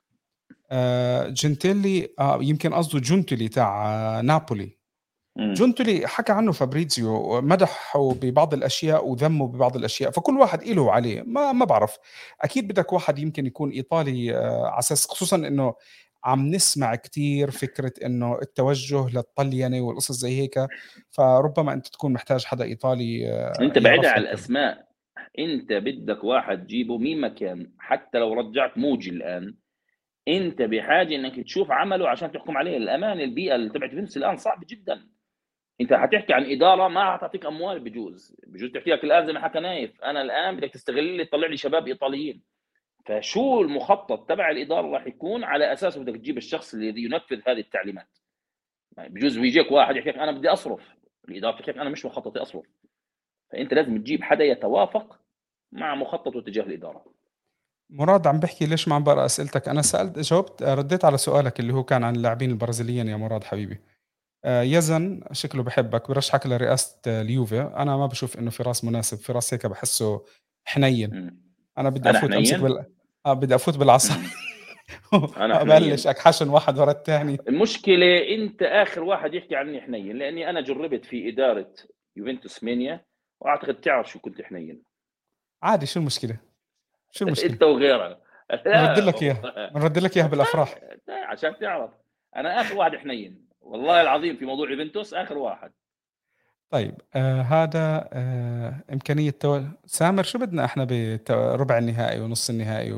جنتيلي يمكن قصده جونتلي تاع نابولي. إمم. جونتولي حكى عنه فابريزيو، مدحه ببعض الأشياء وذمه ببعض الأشياء، فكل واحد إله وعليه، ما بعرف، أكيد بدك واحد يمكن يكون إيطالي على أساس، خصوصًا إنه عم نسمع كتير فكرة إنه التوجه للطلينة والقصص زي هيك، فربما أنت تكون محتاج حدا إيطالي أنت بعيدًا يعرف عن لك الأسماء، أنت بدك واحد تجيبه مين ما كان، حتى لو رجّعت موجي الآن، أنت بحاجة إنك تشوف عمله عشان تحكم عليه. الأمانة البيئة اللي تبعة يوفنتوس الآن صعبة جدًا. أنت حتحكي عن إدارة ما حتعطيك أموال، بجوز تحكي لك الآن زي ما حكى نايف، أنا الآن بدك تستغل لي تطلع لي شباب إيطاليين. فشو المخطط تبع الإدارة راح يكون على أساسه بدك تجيب الشخص الذي ينفذ هذه التعليمات. يعني بجوز بيجيك واحد يحكي لك أنا بدي أصرف، الإدارة بتحكي لك أنا مش مخططي أصرف. فأنت لازم تجيب حدا يتوافق مع مخطط واتجاه الإدارة. مراد عم بيحكي ليش ما عم بقرا أسئلتك، أنا جاوبت رديت على سؤالك اللي هو كان عن اللاعبين البرازيليين يا مراد حبيبي. يزن شكله بحبك بيرشحك لرئاسة اليوفي، أنا ما باشوف إنه فراس مناسب، فراس هيك باحسه حنين، إمم. أنا بدي أنا أفوت أمسك حنيّن؟ بدي أفوت بالعصا إمم. أنا وأبلش حنيّن. أكحشن واحد ورا التاني. المشكلة أنت آخر واحد يحكي عني حنيّن، لإني أنا جرّبت في إدارة يوفنتوس مانيا، وأعتقد تعرف شو كنت حنيّن. عادي شو المشكلة، شو المشكلة؟ أنت وغيرك. بنرد لا لك إياها، بنرد لك إياها بالأفراح. عشان تعرف، أنا آخر واحد حنيّن، والله العظيم في موضوع يوفنتوس آخر واحد. طيب هذا إمكانية سامر شو بدنا إحنا ربع النهائي ونص النهائي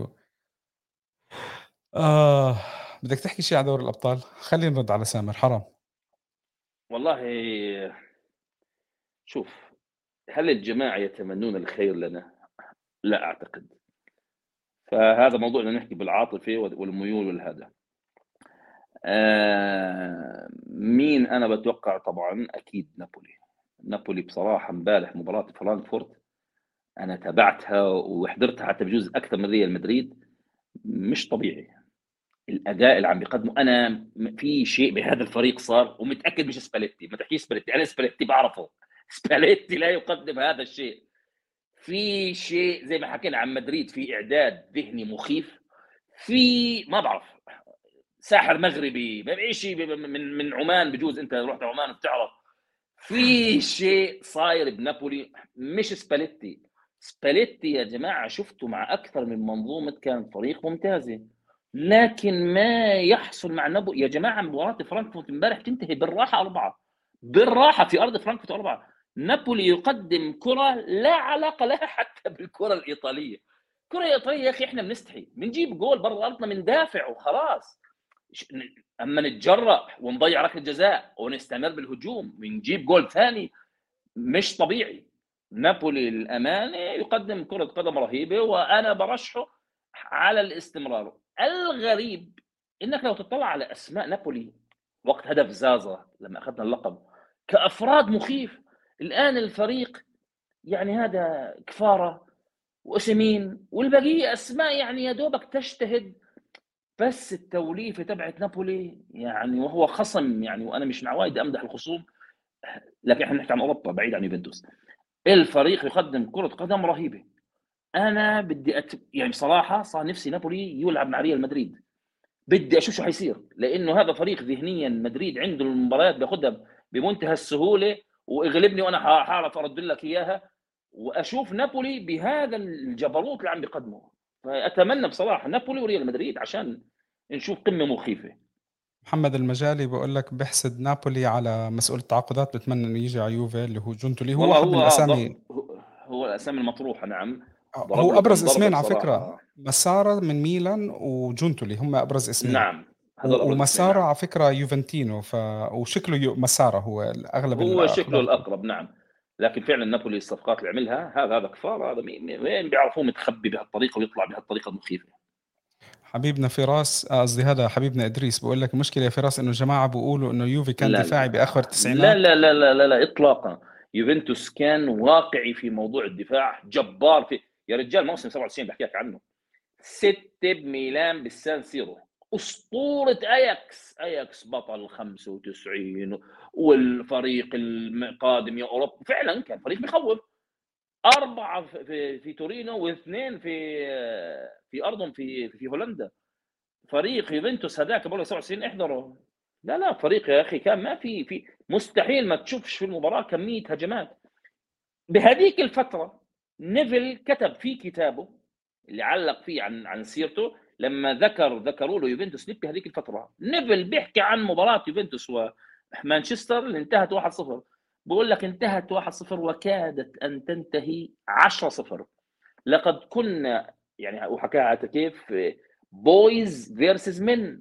آه بدك تحكي شي عن دوري الأبطال؟ خلّينا نرد على سامر حرام. والله شوف، هل الجماعة يتمنون الخير لنا؟ لا أعتقد. فهذا موضوع بدنا نحكي بالعاطفة والميول والهذا. مين أنا باتوقع طبعًا أكيد نابولي. نابولي بصراحة امبارح مباراة فرانكفورت أنا تابعتها وحضرتها حتى بجوز أكثر من ريال مدريد. مش طبيعي الأداء اللي عم بيقدمه. أنا في شيء بهذا الفريق صار ومتأكد مش سباليتي، ما تحكيش سباليتي، أنا سباليتي باعرفه. سباليتي لا يقدم هذا الشيء. في شيء زي ما حكينا عن مدريد، في إعداد ذهني مخيف. في ما بعرف ساحر مغربي شيء من عمان، بجوز أنت رحت عمان بتعرف. في شيء صاير بنابولي مش سباليتي. سباليتي يا جماعة شفته مع أكثر من منظومة كانت فريق ممتازة، لكن ما يحصل مع نابولي يا جماعة. مباراة فرانكفورت امبارح تنتهي بالراحة 4 بالراحة في أرض فرانكفورت 4. نابولي يقدم كرة لا علاقة لها حتى بالكرة الإيطالية. الكرة الإيطالية يا أخي إحنا بنستحي بنجيب جول برا أرضنا بندافع وخلاص. أما نتجرأ ونضيع ركلة جزاء ونستمر بالهجوم ونجيب جول ثاني مش طبيعي. نابولي للأمانة يقدم كرة قدم رهيبة وأنا برشحه على الاستمرار. الغريب إنك لو تطلع على أسماء نابولي وقت هدف زازا لما أخذنا اللقب كأفراد مخيف. الآن الفريق يعني هذا كفارة وأوسيمين والبقية أسماء يعني يا دوبك تجتهد. بس التوليفة تبعت نابولي يعني وهو خصم يعني، وأنا مش مع وايد أمدح الخصوم، لكن إحنا بنحكي عن أوروبا بعيد عن يوفنتوس. الفريق يقدم كرة قدم رهيبة. أنا بدي يعني بصراحة صار نفسي نابولي يلعب مع ريال مدريد. بدي أشوف شو حيصير، لأنه هذا فريق ذهنيا مدريد عنده المباريات بياخذها بمنتهى السهولة واغلبني وأنا حاعرف أرد لك إياها. وأشوف نابولي بهذا الجبروت اللي عم بيقدمه. فأتمنى بصراحة نابولي وريال مدريد عشان نشوف قمة مخيفة. محمد المجالي بيقول لك بيحسد نابولي على مسؤول التعاقدات، بتمنى إنه ييجي على يوفي اللي هو جونتولي، هو والله واحد من هو الأسامي. هو الأسامي المطروحة نعم. ضرب هو له كم أبرز ضربة اسمين على فكرة، بصراحة. مسارة من ميلان وجونتولي هم أبرز اسمين، نعم هذول أبرز اسمين ومسارة نعم. على فكرة يوفنتينو وشكله مسارة هو أغلب هو شكله الأخبار. الأقرب نعم. لكن فعلا نابولي الصفقات اللي عملها هذا كفار. هذا وين بيعرفوه متخبي بهالطريقة ويطلع بهالطريقة المخيفة. حبيبنا فراس قصدي هذا حبيبنا إدريس بيقول لك المشكلة يا فراس إنه الجماعة بيقولوا إنه يوفي كان لا دفاعي بآخر لا التسعينات. لا لا لا لا, لا إطلاقا. يوفنتوس كان واقعي في موضوع الدفاع، جبار في يا رجال موسم 97 باحكي لك عنه، 6 بميلان بالسان سيرو، أسطورة أياكس، أياكس بطل 95 والفريق قادم يا أوروبا، فعلًا كان فريق بيخوّف، 4 في تورينو و2 في أرضهم في هولندا، فريق يوفنتوس هذاك باقول لك 97 احذره، لا، لا فريق يا أخي كان ما في مستحيل ما تشوفش في المباراة كمية هجمات. بهذيك الفترة نيفل كتب في كتابه اللي علّق فيه عن سيرته لمّا ذكروا له يوفنتوس ليج بهذيك الفترة، نيفل بيحكي عن مباراة يوفنتوس ومانشستر اللي انتهت 1-0 بيقول لك انتهت 1-0 وكادت أن تنتهي 10-0 لقد كنا يعني وحكاها عارف كيف boys versus men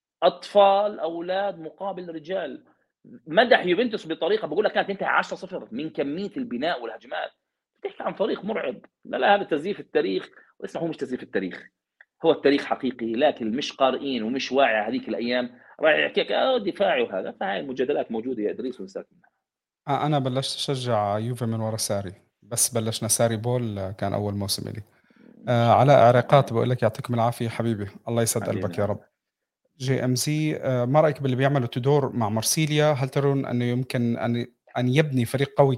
أطفال أولاد مقابل رجال. مدح يوفنتوس بطريقة باقول لك كانت تنتهي 10-0 من كمية البناء والهجمات، بتحكي عن فريق مرعب، لا، لا هذا تزييف التاريخ، واسمع هو مش تزييف التاريخ، هو التاريخ حقيقي لكن مش قارئين ومش واعي على هذيك الأيام، رايح يحكي لك دفاعي وهذا، فهاي المجادلات موجودة يا إدريس وانساك منها. أنا بلشت أشجع يوفي من ورا ساري، بس بلشنا ساري بول كان أول موسم إلي. ما شاء علاء الله، عريقات بقول لك يعطيكم العافية حبيبي، الله يسعد حبيبي قلبك يا هلا. رب. جي ام سي، ما رأيك باللي بيعمله تودور مع مارسيليا؟ هل ترون أنه يمكن أن يبني فريق قوي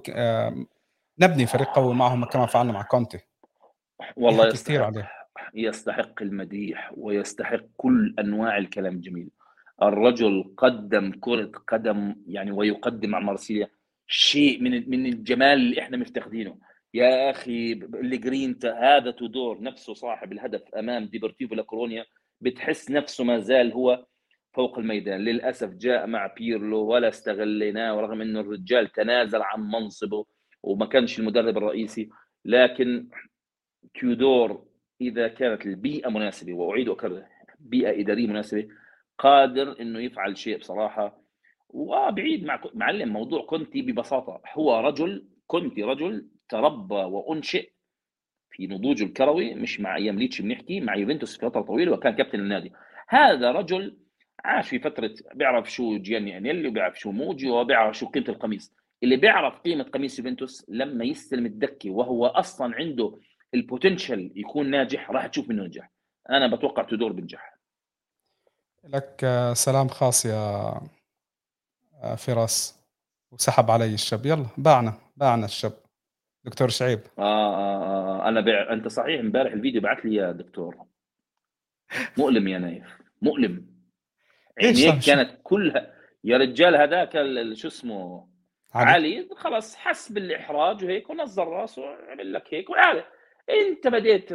نبني فريق قوي معهم كما فعلنا مع كونتي؟ في والله حكي كتير يستحق، عليه. يستحق المديح ويستحق كل أنواع الكلام الجميل. الرجل قدّم كرة قدم يعني ويقدّم مع مارسيليا شيء من الجمال اللي إحنا مفتقدينه. يا أخي pellegrini هذا تودور نفسه صاحب الهدف أمام ديبورتيفو لا كورونيا، بتحس نفسه ما زال هو فوق الميدان. للأسف جاء مع بيرلو ولا استغليناه، ورغم إنه الرجال تنازل عن منصبه وما كانش المدرب الرئيسي، لكن تيودور إذا كانت البيئة مناسبة، وأعيد وأكرر بيئة إدارية مناسبة، قادر إنه يفعل شيء بصراحة. وبعيد مع معلم موضوع كونتي ببساطة، هو رجل كونتي رجل تربى وأنشئ في نضوجه الكروي، مش مع أيام ليتش بنحكي، مع يوفنتوس فترة طويلة وكان كابتن النادي. هذا رجل عاش في فترة بيعرف شو جياني أنيلي وبيعرف شو موجي وبيعرف شو قيمة القميص. اللي بيعرف قيمة قميص يوفنتوس لما يستلم الدكة وهو أصلا عنده البوتنشل يكون ناجح، راح تشوف منه نجاح. أنا بتوقع تودور بنجح. لك سلام خاص يا فراس. وسحب علي الشاب، يلا باعنا الشاب دكتور شعيب. أنا أنت صحيح امبارح الفيديو بعت لي يا دكتور، مؤلم يا نايف، مؤلم. ليش طيب عينيك شو كانت كلها يا رجال هذاك شو اسمه علي؟ علي، خلاص حس بالإحراج وهيك ونزّل راسه وعمل لك هيك وعارف. أنت بديت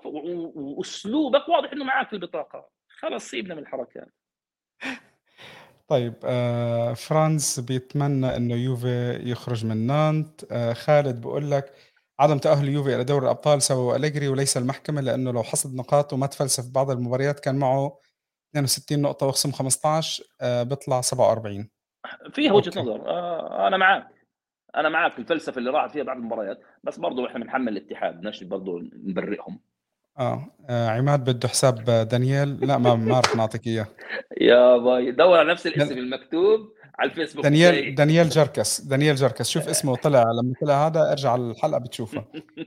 وأسلوبك واضح إنه معاك في البطاقة، خلاص سيبنا من الحركات. طيب فرانز بيتمنى إنه يوفي يخرج من نانت. خالد بيقول لك عدم تأهل يوفي إلى دوري الأبطال سببه أليجري وليس المحكمة، لأنه لو حصد نقاط وما تفلسف في بعض المباريات كان معه 62 نقطة وخصم 15، بيطلع 47. فيها وجهة أوكي. نظر، أنا معاك، أنا معاك في الفلسفة اللي راحت فيها بعض المباريات، بس برضه إحنا بنحمّل الاتحاد، بدناش برضه نبرئهم. عماد بده حساب دانيال، لا ما رح نعطيك إياه. يا باي دَوّر على نفس الاسم دان- المكتوب على الفيسبوك دانيال بتلاقيه. دانيال جركس، شوف اسمه طلع، لما طلع هذا ارجع على الحلقة بتشوفه.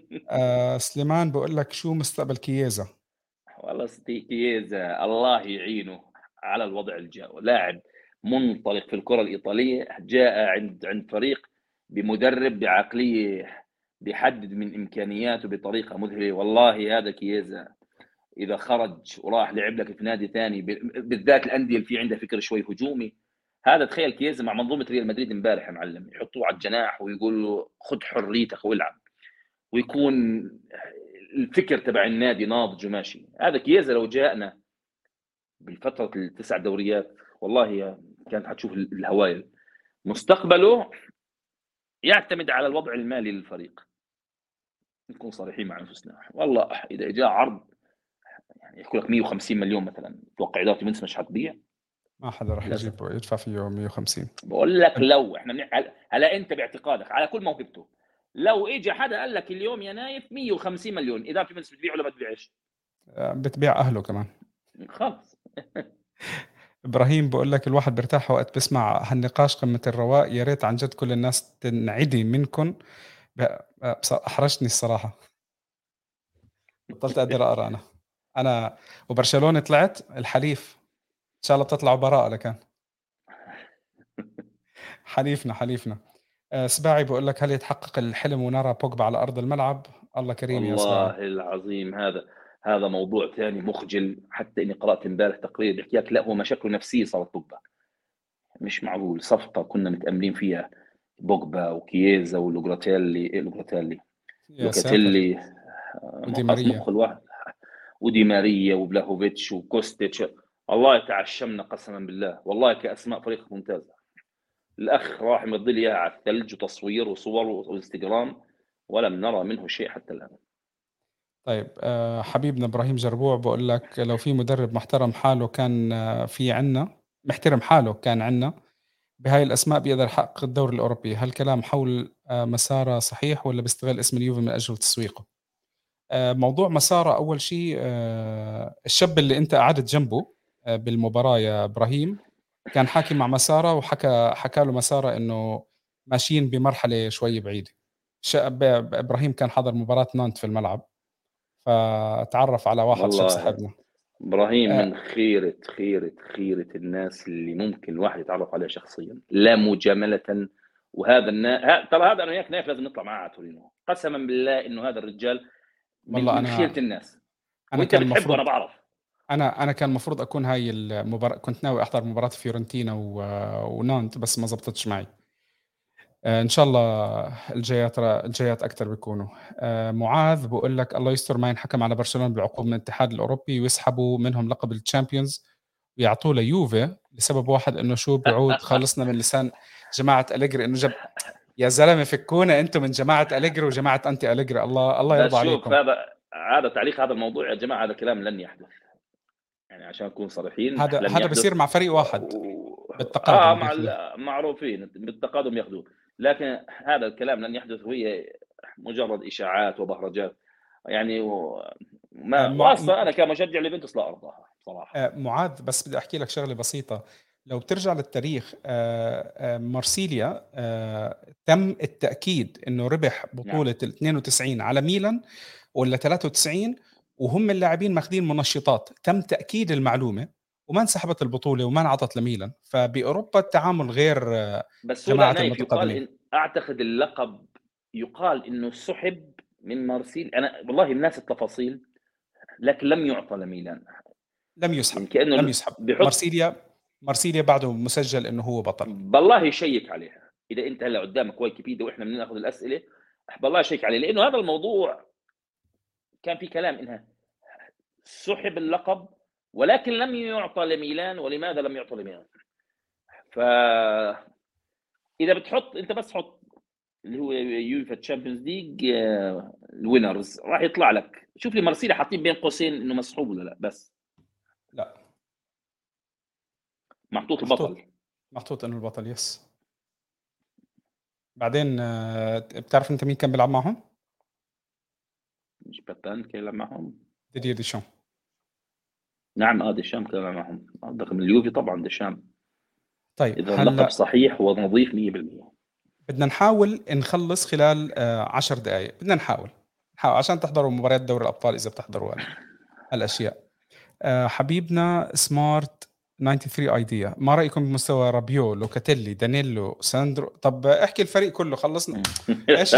سليمان بيقول لك شو مستقبل كييزا؟ والله كييزا الله يعينه على الوضع الجاء، لاعب منطلق في الكرة الإيطالية، جاء عند فريق بمدرب بعقلية بيحدد من إمكانياته بطريقة مذهلة. والله هذا كييزا إذا خرج وراح لعب لك في نادي ثاني بالذات الأندية اللي في عندها فكر شوي هجومي، هذا تخيل كييزا مع منظومة ريال مدريد امبارح يا معلم، يحطوه على الجناح ويقول له خذ حريتك والعب، ويكون الفكر تبع النادي ناضج وماشي. هذا كييزا لو جاءنا بالفترة ال9 دوريات والله كانت حتشوف الهوايل. مستقبله يعتمد على الوضع المالي للفريق، نكون صريحين مع أنفسنا، والله إذا جاء عرض يعني يحكوا لك 150 مليون مثلًا، تتوقع إدارة يوفنتوس مش حتبيع؟ ما حدا رح للأسف. يجيب يدفع فيه 150. باقول لك طيب، لو إحنا هلأ أنت باعتقادك على كل موهبته، لو إجى حدا قال لك اليوم يا نايف 150 مليون، إدارة يوفنتوس بتبيعه والّا ما بتبيعش؟ بتبيع أهله كمان. خلص. إبراهيم بيقول لك الواحد بيرتاح وقت بيسمع هالنقاش قمة الرواق، يا ريت عن جد كل الناس تنعدي منكم. أحرجتني الصراحة. بطلت أقدر أقرأ أنا وبرشلونة طلعت الحليف، إن شاء الله بتطلعوا براءة لكان. حليفنا. سباعي بيقول لك: هل يتحقق الحلم ونرى بوجبا على أرض الملعب؟ الله كريم يا سباعي. والله العظيم هذا موضوع ثاني مخجل. حتى اني قرات امبارح تقرير بيحكي لك لا، هو مشاكله نفسيه صارت بوجبا. مش معقول صفقه كنا متاملين فيها بوجبا وكييزا يا ساتر! لوكاتيلي. ودي مقص ماريا. مخ الواحد. ودي ماريا وبلاهوفيتش وكوستيتش. الله يتعشمنا قسما بالله، والله كاسماء فريق ممتازه. الاخ راح يمضي لي اياها على الثلج وتصوير وصور وانستغرام، ولم نرى منه شيء حتى الان. طيب حبيبنا إبراهيم جربوع بيقول لك: لو في مدرب محترم حاله كان في عنا محترم حاله كان عنا بهاي الأسماء بيقدر يحقق الدوري الأوروبي، هل كلام حول مسارة صحيح والّا بيستغل اسم اليوفي من أجل تسويقه؟ موضوع مسارة أول شي الشاب اللي أنت قعدت جنبه بالمباراة يا إبراهيم، كان حاكي مع مسارة حكى له مسارة إنه ماشيين بمرحلة شوي بعيدة. ش ب ب إبراهيم كان حضر مباراة نانت في الملعب، فاتعرّف على واحد شاب والله صاحبنا. ابراهيم آآ من خيرة الناس اللي ممكن الواحد يتعرف عليها شخصيا، لا مجاملة. وهذا ترى هذا انا وياك نايف لازم نطلع معاه على تورينو، قسما بالله انه هذا الرجال من والله خيرة الناس. أنا وانت كان بتحبه انا المفروض بعرف. أنا كان المفروض أكون هاي كنت ناوي أحضر مباراة فيورنتينا ونانت بس ما زبطتش معي. إن شاء الله الجايات أكتر بيكونوا. معاذ بيقول لك: الله يستر ما ينحكم على برشلونة بالعقوبة من الاتحاد الأوروبي ويسحبوا منهم لقب الشامبيونز ويعطوه ليوفي لسبب واحد إنه شو بيعود خلصنا من لسان جماعة أليجري إنه يا زلمة فكونا أنتم من جماعة أليجري وجماعة أنتي أليجري، الله بس يرضى شوف، عليكم. هذا تعليق هذا الموضوع يا جماعه، هذا كلام لن يحدث. يعني عشان نكون صريحين لن هذا يحدث. بيصير مع فريق واحد و... بالتقادم مع بياخذوه. معروفين بالتقادم ياخذوه. لكن هذا الكلام لن يحدث، وهي مجرد اشاعات وبهرجات. يعني آآ ما مع واصلا انا كمشجع ليفنتوس لا ارضاها بصراحه. معاذ بس بدي أحكي لك شغلة بسيطة، لو بترجع للتاريخ مارسيليا تم التأكيد إنه ربح نعم. بطولة ال92 على ميلان والّا 93 وهم اللاعبين ماخدين منشطات، تم تأكيد المعلومة وما انسحبت البطولة وما انعطت لميلان، فبأوروبا التعامل غير بس هو لا جماعة نايف، يقال المتقدمين. إن اعتقد اللقب يقال انه سحب من مارسيل. انا والله ناس التفاصيل، لكن لم يعطى لميلان. لم يسحب، يعني كانه لم يسحب. بيحط. مارسيليا بعده مسجل إنه هو بطل. بالله يشيك عليها اذا انت هلا قدامك ويكيبيديا واحنا بناخذ الاسئله. بالله يشيك عليه، لانه هذا الموضوع كان في كلام انها سحب اللقب، ولكن لم يعطى لميلان. ولماذا لم يعطى لميلان؟ ف اذا بتحط انت بس حط اللي هو يوفا تشامبيونز ليج الوينرز، راح يطلع لك. شوف لي مارسيليا حاطين بين قوسين انه مسحوب ولا لا، بس لأ، محطوط محطوط البطل. محطوط إنه البطل يس. بعدين بتعرف أنت مين كان بيلعب معهم؟ مش باتان كان يلعب معهم؟ ديديer ديشام. نعم، ديشام كان يلعب معهم. رقم اليوفي طبعا ديشام. طيب اذا اللقب هلأ صحيح ونظيف 100%. بدنا نحاول نخلّص خلال 10 دقايق، بدنا نحاول عشان تحضروا مباريات دوري الأبطال إذا بتحضروا هالأشياء. حبيبنا smart 93 idea، ما رأيكم بمستوى رابيو، لوكاتيلي، دانييلو، ساندرو؟ طب احكي الفريق كله خلصنا. إيش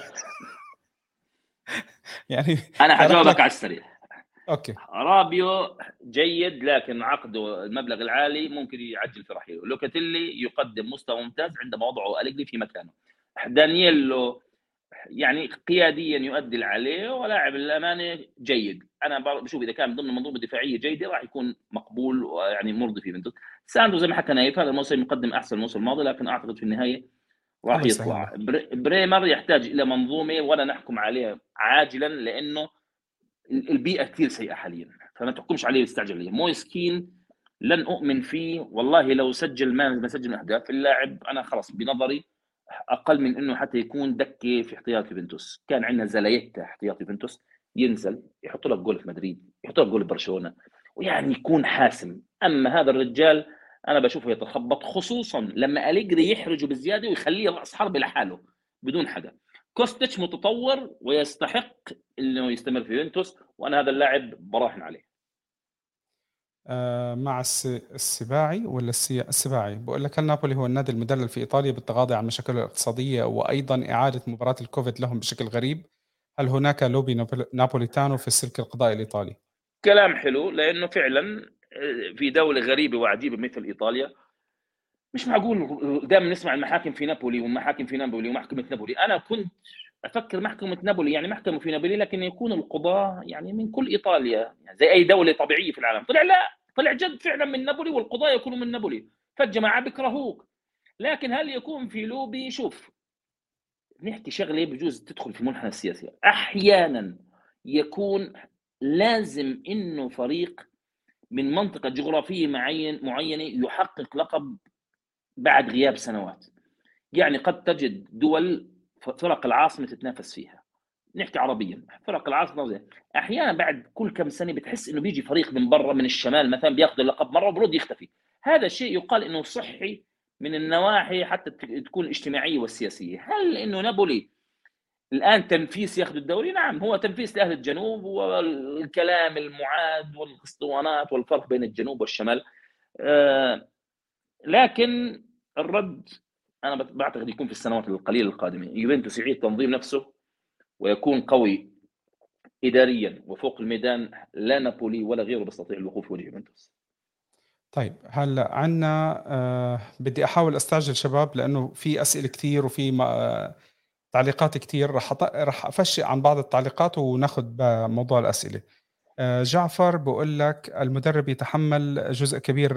يعني انا تارك حجاوبك لك. على السريع. أوكي. رابيو جيد، لكن عقده المبلغ العالي ممكن يعجل في رحيله. لوكاتيلي يقدم مستوى ممتاز عندما وضعه أليجري في مكانه. دانييلو يعني قياديا يؤدي اللي عليه، ولاعب الامانه جيد. انا بشوف اذا كان ضمن منظومه دفاعيه جيده راح يكون مقبول ويعني مرضي في يوفنتوس. ساندو زي ما حكى نايف، هذا الموسم يقدم احسن الموسم الماضي، لكن اعتقد في النهايه راح الله يسهل له. يطلع. بريمر يحتاج الى منظومه، ولا نحكم عليه عاجلا لانه البيئه كثير سيئه حاليا، فما تحكمش عليه استعجاليا. مويسكين لن اؤمن فيه والله. لو سجل ما سجل اهداف اللاعب، انا خلص بنظري اقل من انه حتى يكون دكه في احتياط يوفنتوس. كان عندنا زلايتا احتياط يوفنتوس، ينزل يحط لك جول في مدريد، يحط لك جول في برشلونه، ويعني يكون حاسم. اما هذا الرجال انا بشوفه يتخبط، خصوصا لما أليجري يحرجه بزياده ويخليه راس حرب لحاله بدون حدا. كوستيتش متطور ويستحق انه يستمر في يوفنتوس، وأنا هذا اللاعب باراهن عليه. مع السباعي والّا السباعي، بيقول لك: هل نابولي هو النادي المدلل في إيطاليا بالتغاضي عن مشاكله الاقتصادية وأيضًا إعادة مباراة الكوفيد لهم بشكل غريب؟ هل هناك لوبي نابوليتانو في السلك القضائي الإيطالي؟ كلام حلو، لأنه فعلًا في دولة غريبة وعجيبة مثل إيطاليا، مش معقول دايمًا نسمع المحاكم في نابولي والمحاكم في نابولي ومحكمة نابولي. أنا كنت أفكر محكمة نابولي يعني محكمة في نابولي، لكن يكون القضاة يعني من كل إيطاليا، يعني زي أي دولة طبيعية في العالم. طلع لأ، طلع جد فعلًا من نابولي والقضاة يكونوا من نابولي، فالجماعة بيكرهوك. لكن هل يكون في لوبي؟ شوف، نحكي شغلة بجوز تدخل في المنحنى السياسي. أحيانًا يكون لازم إنه فريق من منطقة جغرافية معينة يحقق لقب بعد غياب سنوات. يعني قد تجد دول فرق العاصمة تتنافس فيها، نحكي عربيًا، فرق العاصمة أحيانًا بعد كل كم سنة بتحس إنه بييجي فريق من برّا من الشمال مثلًا بياخذ اللقب مرّة وبيرد يختفي. هذا الشيء يُقال إنه صحّي من النواحي حتى تكون الاجتماعية والسياسية. هل إنه نابولي الآن تنفيس ياخذ الدوري؟ نعم، هو تنفيس لأهل الجنوب والكلام المُعاد والأسطوانات والفرق بين الجنوب والشمال. آآ لكن الرد أنا باعتقد يكون في السنوات القليلة القادمة. يوفنتوس يعيد تنظيم نفسه ويكون قوي إداريًا وفوق الميدان. لا نابولي ولا غيره بيستطيع الوقوف وجه يوفنتوس. طيب هلأ عندنا بدي أحاول أستعجل شباب لأنه في أسئلة كتير وفي تعليقات كتير، راح أفشّي عن بعض التعليقات وناخد موضوع الأسئلة. جعفر بيقول لك: المدرب يتحمّل جزء كبير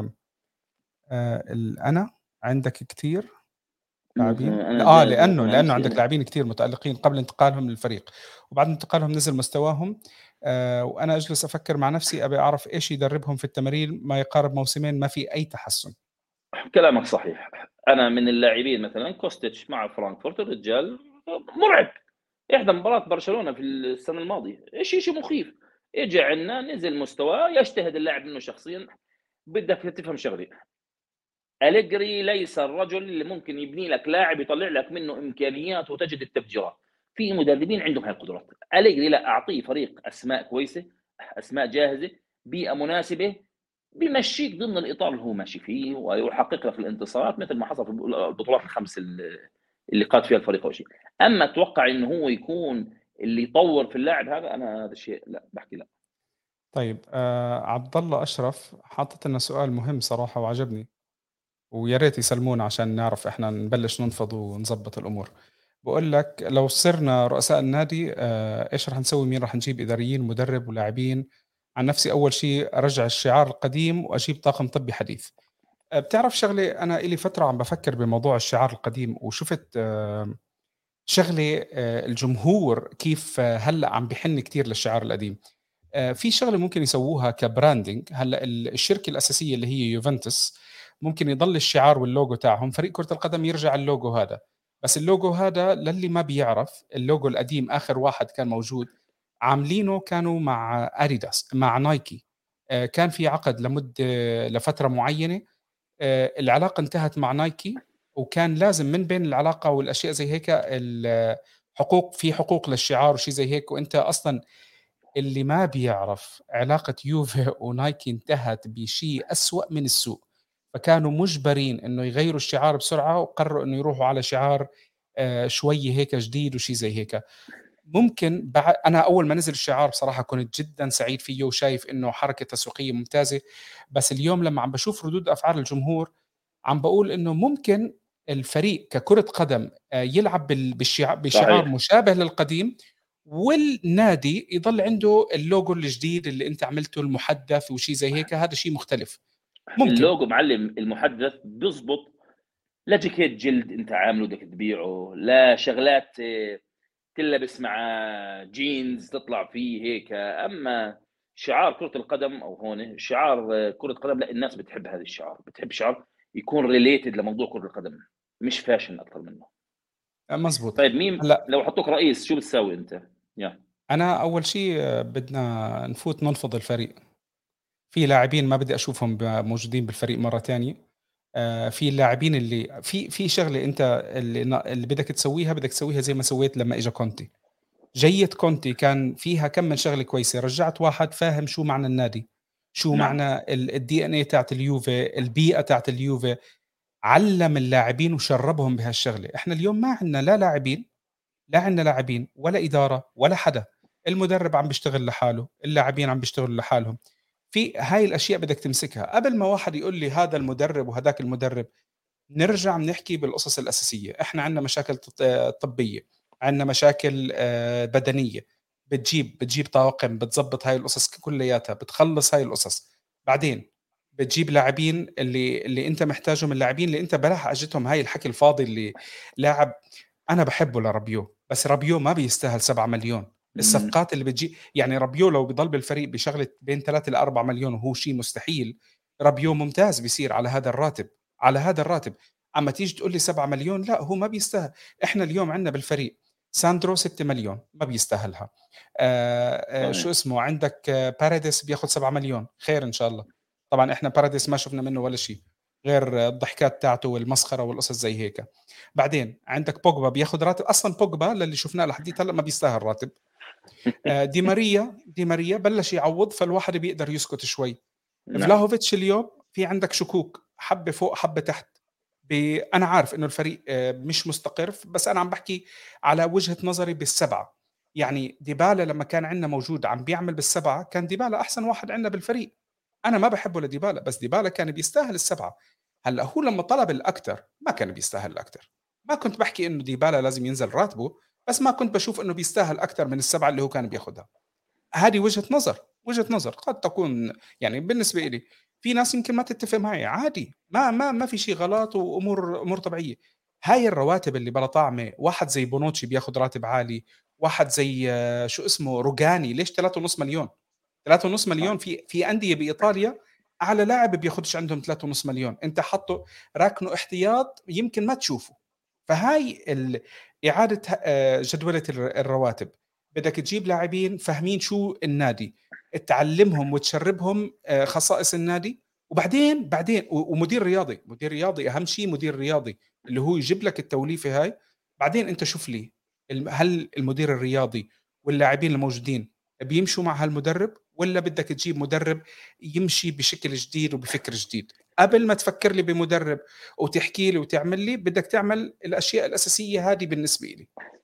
أنا عندك كتير لاعبين أنا جاهز أكون لإنه عندي عندك لاعبين كتير متألقين قبل انتقالهم للفريق، وبعد انتقالهم نزل مستواهم. وأنا أجلس أفكّر مع نفسي أبي أعرف إيش يدربهم في التمارين ما يقارب موسمين ما في أي تحسُّن. كلامك صحيح. أنا من اللاعبين مثلًا كوستيتش مع فرانكفورت الرجال مرعب. احضر مباراة برشلونة في السنة الماضية، شيء مخيف. إجا عندنا نزل مستواه، يجتهد اللاعب منه شخصيًا. بدك تفهم شغلة، أليجري ليس الرجل اللي ممكن يبني لك لاعب يطلع لك منه إمكانيات وتجد التفجيرات. في مدربين عندهم هاي القدرات. أليجري لأ، أعطيه فريق أسماء كويسة، أسماء جاهزة، بيئة مناسبة، بيمشيك ضمن الإطار اللي هو ماشي فيه ويحقق لك الانتصارات مثل ما حصل في البطولات الخمس اللي قاد فيها الفريق أول شيء. أما أتوقع إنه هو يكون اللي يطور في اللاعب هذا، أنا هذا الشيء لأ، باحكي لأ. طيب عبد الله أشرف حاطط لنا سؤال مهم صراحة وعجبني، ويا ريت يسلمونا عشان نعرف إحنا نبلش ننفض ونضبّط الأمور. بيقول لك: لو صرنا رؤساء النادي إيش رح نسوي؟ مين رح نجيب؟ إداريين، مدرب ولاعبين؟ عن نفسي أول شيء أرجّع الشعار القديم وأجيب طاقم طبي حديث. بتعرف شغلة، أنا إلي فترة عم بافكّر بموضوع الشعار القديم وشُفت شغلة الجمهور كيف هلأ عم بيحن كتير للشعار القديم. في شغلة ممكن يسووها كbranding. هلأ الشركة الأساسية اللي هي يوفنتوس ممكن يضل الشعار واللوجو تاعهم، فريق كرة القدم يرجع اللوجو هذا. بس اللوجو هذا للي ما بيعرف، اللوجو القديم آخر واحد كان موجود عاملينه كانوا مع أديداس مع نايكي. كان في عقد لفترة معينة. العلاقة انتهت مع نايكي، وكان لازم من بين العلاقة والأشياء زي هيك في حقوق للشعار وشي زي هيك. وأنت أصلًا اللي ما بيعرف علاقة يوفي ونايكي انتهت بشيء أسوأ من السوء، فكانوا مُجبرين إنه يغيّروا الشعار بسرعة وقرروا إنه يروحوا على شعار شوي هيك جديد وشي زي هيك. ممكن أنا أول ما نزل الشعار بصراحة كنت جدًا سعيد فيه وشايف إنه حركة تسويقية ممتازة. بس اليوم لمّا عم باشوف ردود أفعال الجمهور عم باقول إنه ممكن الفريق ككرة قدم يلعب بشعار صحيح. مشابه للقديم، والنادي يضل عنده اللوجو الجديد اللي أنت عملته المُحدّث وشي زي هيك، هذا شيء مختلف. ممكن. اللوجو معلم المحدث بيزبط. لا جاكيت جلد أنت عامله بدك تبيعه، لا شغلات تلبس مع جينز تطلع فيه هيك. أما شعار كرة القدم أو هون شعار كرة قدم، لأ الناس بتحب هذا الشعار، بتحب شعار يكون related لموضوع كرة القدم، مش fashion أكتر منه. مزبوط. طيب مين هلأ لو حطوك رئيس شو بتساوي أنت؟ يا أنا أول شي بدنا نفوت ننفض الفريق. في لاعبين ما بدي أشوفهم موجودين بالفريق مرّة تانية. في اللاعبين اللي في شغلة أنت اللي بدك تسويها، بدك تسويها زي ما سويت لمّا إجا كونتي. جية كونتي كان فيها كم من شغلة كويسة، رجّعت واحد فاهم شو معنى النادي، شو نعم. معنى الDNA تاعة اليوفي، البيئة تاعة اليوفي، علّم اللاعبين وشرّبهم بهالشغلة. إحنا اليوم ما عندنا لا لاعبين، لا عندنا لاعبين ولا إدارة ولا حدا، المدرب عم بيشتغل لحاله، اللاعبين عم بيشتغلوا لحالهم. في هاي الأشياء بدك تمسكها، قبل ما واحد يقول لي هذا المدرب وهداك المدرب، نرجع بنحكي بالقصص الأساسية. إحنا عندنا مشاكل طبية، عندنا مشاكل بدنية، بتجيب طواقم بتضبط هاي القصص كلياتها، بتخلص هاي القصص، بعدين بتجيب لاعبين اللي أنت محتاجهم، اللاعبين اللي أنت بلا حاجتهم هاي الحكي الفاضي اللي لاعب. أنا باحبه لرابيو، بس رابيو ما بيستاهل 7.000.000. إمم. الصفقات اللي يعني رابيو لو بيضل بالفريق بشغلة بين 3 ل4 مليون وهو شيء مستحيل، رابيو ممتاز بيصير على هذا الراتب، على هذا الراتب. أمّا تيجي تقول لي 7.000.000 لأ، هو ما بيستاهل. إحنا اليوم عندنا بالفريق ساندرو 6.000.000 ما بيستاهلها. شو صحيح. اسمه، عندك باريديس بياخد 7.000.000 خير إن شاء الله. طبعًا إحنا باريديس ما شُفنا منه ولا شيء، غير الضحكات تاعته والمسخرة والقصص زي هيك. بعدين عندك بوجبا بياخد راتب، أصلًا بوجبا للي شُفناه لحديت هلأ ما بيستاهل راتب. دي ماريا بلّش يعوّض، فالواحد بيقدر يسكت شوي. نعم. فلاهوفيتش اليوم في عندك شكوك، حبّة فوق حبّة تحت. أنا عارف إنه الفريق مش مستقر، بس أنا عم باحكي على وجهة نظري بال7. يعني ديبالا لمّا كان عندنا موجود عم بيعمل بال7، كان ديبالا أحسن واحد عندنا بالفريق. أنا ما باحبه لديبالا، بس ديبالا كان بيستاهل ال7. هلأ هو لمّا طلب الأكتر، ما كان بيستاهل الأكتر. ما كنت باحكي إنه ديبالا لازم ينزل راتبه، بس ما كنت باشوف إنه بيستاهل أكتر من ال7 اللي هو كان بياخدها. هذه وجهة نظر، وجهة نظر قد تكون يعني بالنسبة إلي. في ناس يمكن ما تتفق معي، عادي، ما في شيء غلط وأمور طبيعية. هاي الرواتب اللي بلا طعمة، واحد زي بونوتشي بياخد راتب عالي، واحد زي شو اسمه روجاني ليش 3.5 مليون؟ 3.5 مليون صحيح. في أندية بإيطاليا أعلى لاعب بياخدش عندهم 3.5 مليون، أنت حطّه راكنه احتياط يمكن ما تشوفه. فهاي إعادة جدولة الرواتب. بدك تجيب لاعبين فاهمين شو النادي، تعلّمهم وتشرّبهم خصائص النادي، وبعدين ومدير رياضي، مدير رياضي أهم شيء مدير رياضي، اللي هو يجيب لك التوليفة هاي. بعدين أنت شوف لي هل المدير الرياضي واللاعبين الموجودين بيمشوا مع هالمدرب، والّا بدك تجيب مدرب يمشي بشكل جديد وبفكر جديد؟ قبل ما تفكّر لي بمدرب وتحكي لي وتعمل لي، بدك تعمل الأشياء الأساسية هذه بالنسبة إلي.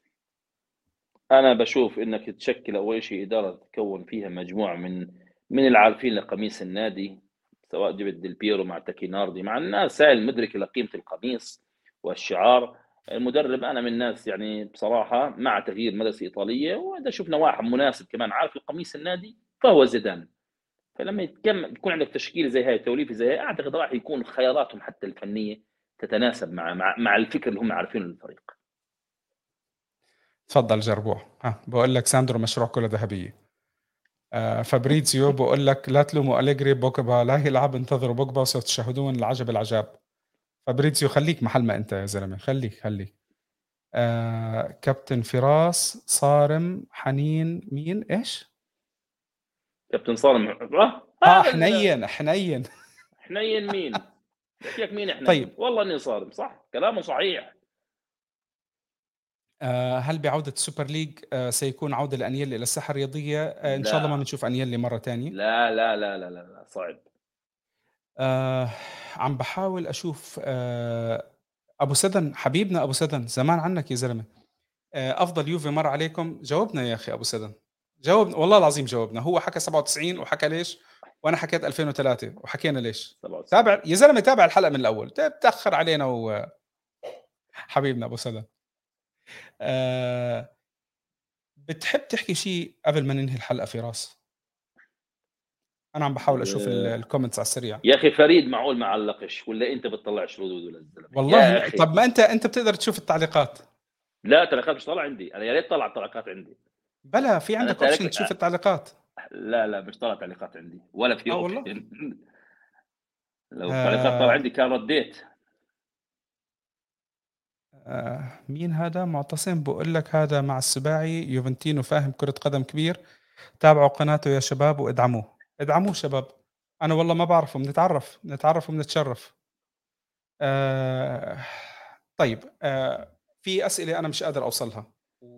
أنا باشوف إنك تشكِّل أول شيء إدارة تكوّن فيها مجموعة من العارفين لقميص النادي، سواء جِبت ديل بيرو مع تاكيناردي، مع الناس هاي المدركة لقيمة القميص والشعار. المدرب أنا من الناس يعني بصراحة مع تغيير المدرسة الإيطالية، وإذا شُفنا واحد مناسب كمان عارف القميص النادي فهو زيدان. فلمّا يكون عندك تشكيلة زي هاي وتوليفة زي هاي، أعتقد راح يكون خياراتهم حتى الفنية تتناسب مع الفكر اللي هم عارفينه للفريق. اتفضل جربوع، ها باقول لك ساندرو مشروع كرة ذهبية. فابريزيو بيقول لك: "لا تلوموا أليجري، بوجبا لا يلعب، انتظروا بوجبا وسوف تشاهدون العجب العجاب." فابريزيو خلّيك محل ما أنت يا زلمة، خلّيك. كابتن فراس صارم حنين مين إيش؟ كابتن صارم هذا حنيّن. حنين مين؟ بيحكي لك مين طيب، حنين؟ والله إني صارم، صح، كلامه صحيح. هل بعودة السوبر ليج سيكون عودة لأنيلي إلى الساحة الرياضية؟ إن شاء الله ما لا، بنشوف أنيلي مرة تانية. لا، لا، لا، لا، لا، لا، صعب. آآ عم باحاول أشوف أبو سدن، حبيبنا أبو سدن، زمان عنك يا زلمة. أفضل يوفي مَر عليكم؟ جاوبنا يا أخي أبو سدن، جاوبنا والله العظيم جاوبنا. هو حكى 97 وحكى ليش، وأنا حكيت 2003 وحكينا ليش. 97. تابع يا زلمة، تابع الحلقة من الأول، بتأخر علينا وحبيبنا أبو سدن. آآ بتحب تحكي شي قبل ما ننهي الحلقة فراس؟ أنا عم باحاول أشوف آآ الcomments على السريع. يا أخي فريد معقول ما علّقش والّا أنت بتطلّعش ردوده للزلمة؟ يا والله أخي. طَب ما أنت بتقدر تشوف التعليقات. لا تعليقات مش طالعة عندي، أنا يا ريت طلع التعليقات عندي. بلى في أنا عندك option تارك تشوف التعليقات. لا، لا مش طالع تعليقات عندي ولا في آه والله. option. لو التعليقات طالعة آآ عندي كان رديت. مين هذا؟ معتصم بيقول لك: "هذا مع السباعي يوفنتينو فاهم كرة قدم كبير، تابعوا قناته يا شباب وادعموه." ادعموه شباب. أنا والله ما باعرفه، بنتعرف وبنتشرف. آآ طيب، في أسئلة أنا مش قادر أوصلها،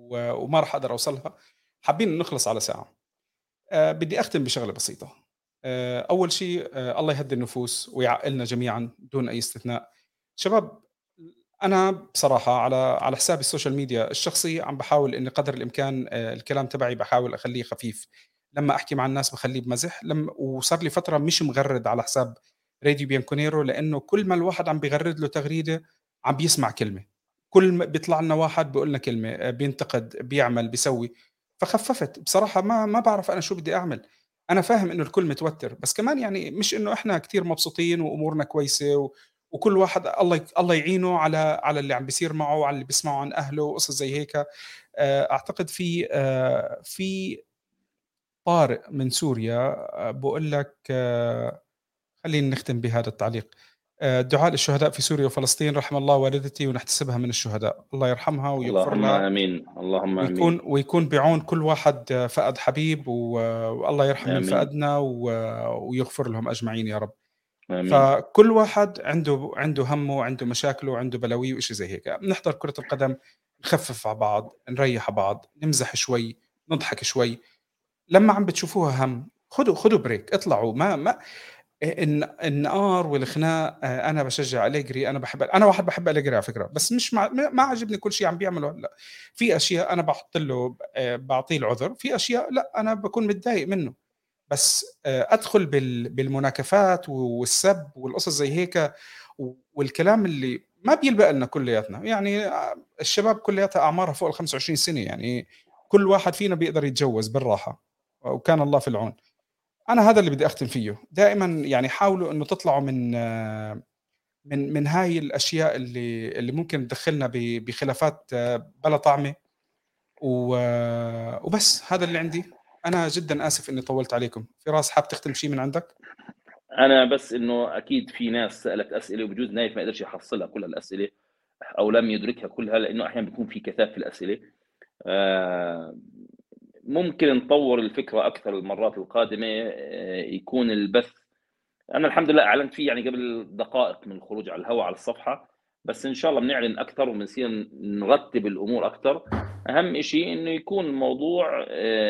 وما راح أقدر أوصلها، حابين نخلص على ساعة. بدي أختم بشغلة بسيطة. أول شيء الله يهدي النفوس ويعقلنا جميعًا دون أي استثناء. شباب، أنا بصراحة على حساب السوشيال ميديا الشخصي عم باحاول إني قدر الإمكان الكلام تبعي باحاول أخلّيه خفيف، لمّا أحكي مع الناس باخلّيه بمزح، وصار لي فترة مش مغرّد على حساب راديو بيانكونيرو، لإنه كل ما الواحد عم بيغرّد له تغريدة عم بيسمع كلمة، كل ما بيطلع لنا واحد بيقول لنا كلمة، بينتقد، بيعمل، بيسوي، فخفّفت بصراحة ما باعرف أنا شو بدي أعمل. أنا فاهم إنه الكل متوتر، بس كمان يعني مش إنه إحنا كتير مبسوطين وأمورنا كويسة وكل واحد الله يعينه على اللي عم بيصير معه وعلى اللي بيسمعه عن أهله وقصص زي هيك. أعتقد في طارق من سوريا بيقول لك خلّينا نختم بهذا التعليق. "دعاء للشهداء في سوريا وفلسطين، رحم الله والدتي ونحتسبها من الشهداء، الله يرحمها ويغفر اللهم لها آمين، اللهم آمين، ويكون بعون كل واحد فقد حبيب والله يرحم من آمين، فقدنا ويغفر لهم أجمعين يا رب." آمين. فكل واحد عنده هَمّه وعنده مشاكله وعنده بلاويه وإشي زي هيك، بنحضر كرة القدم، نخفف على بعض، نريّح على بعض، نمزح شوي، نضحك شوي، لمّا عم بتشوفوها هَم خدوا بريك، اطلعوا ما النقار والخناق. أنا باشجع أليجري، أنا واحد باحب أليجري على فكرة، بس مش ما عاجبني كل شي عم بيعمله هلأ. في أشياء أنا باحط له باعطيه العذر، في أشياء لأ، أنا باكون متضايق منه. بس أدخل بالمناكفات والسَب والقصص زي هيك والكلام اللي ما بيلبق لنا كلّياتنا، يعني الشباب كلّياتها أعمارها فوق ال25 سنة، يعني كل واحد فينا بيقدر يتجوّز بالراحة، وكان الله في العون. أنا هذا اللي بدي أختم فيه، دائمًا يعني حاولوا إنه تطلعوا من هاي الأشياء اللي ممكن تدخّلنا بخلافات بلا طعمة، وبس هذا اللي عندي. أنا جدًا آسف إني طوّلت عليكم. فراس، حابب تختم شي من عندك؟ أنا بس إنه أكيد في ناس سألت أسئلة وبجوز نايف ما قدرش يحصّلها كل الأسئلة أو لم يدركها كلها، لإنه أحيانًا بيكون في كثافة في الأسئلة. آآ ممكن نطوّر الفكرة أكثر المرات القادمة، يكون البث أنا الحمد لله أعلنت فيه يعني قبل دقائق من الخروج على الهوا على الصفحة، بس إن شاء الله بنعلن أكتر وبنصير نرتّب الأمور أكتر. أهم إشي إنه يكون الموضوع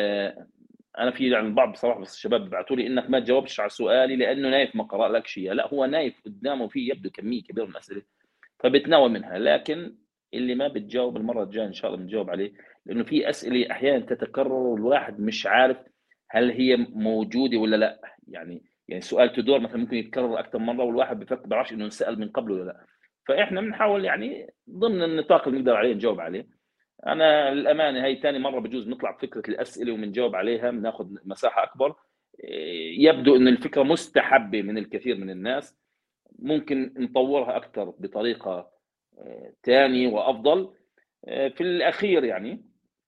أنا في يعني البعض بصراحة بس الشباب بيبعتوا لي إنك ما جاوبتش على سؤالي لإنه نايف ما قرألكش إياه، لأ هو نايف قدامه في يبدو كمية كبيرة من الأسئلة، فبيتناول منها، لكن اللي ما بتجاوب المرّة الجاية إن شاء الله بنجاوب عليه، لإنه في أسئلة أحيانًا تتكرر والواحد مش عارف هل هي موجودة والّا لأ، يعني سؤال تدور مثلًا ممكن يتكرر أكتر من مرّة والواحد بيعرفش إنه انسأل من قبل والّا لأ، فإحنا بنحاول يعني ضمن النطاق اللي نقدر عليه نجاوب عليه. أنا للأمانة هاي تاني مرّة بجوز نطلع بفكرة الأسئلة وبنجاوب عليها، بناخد مساحة أكبر. يبدو إن الفكرة مستحبة من الكثير من الناس، ممكن نطوّرها أكتر بطريقة تانية وأفضل. في الأخير يعني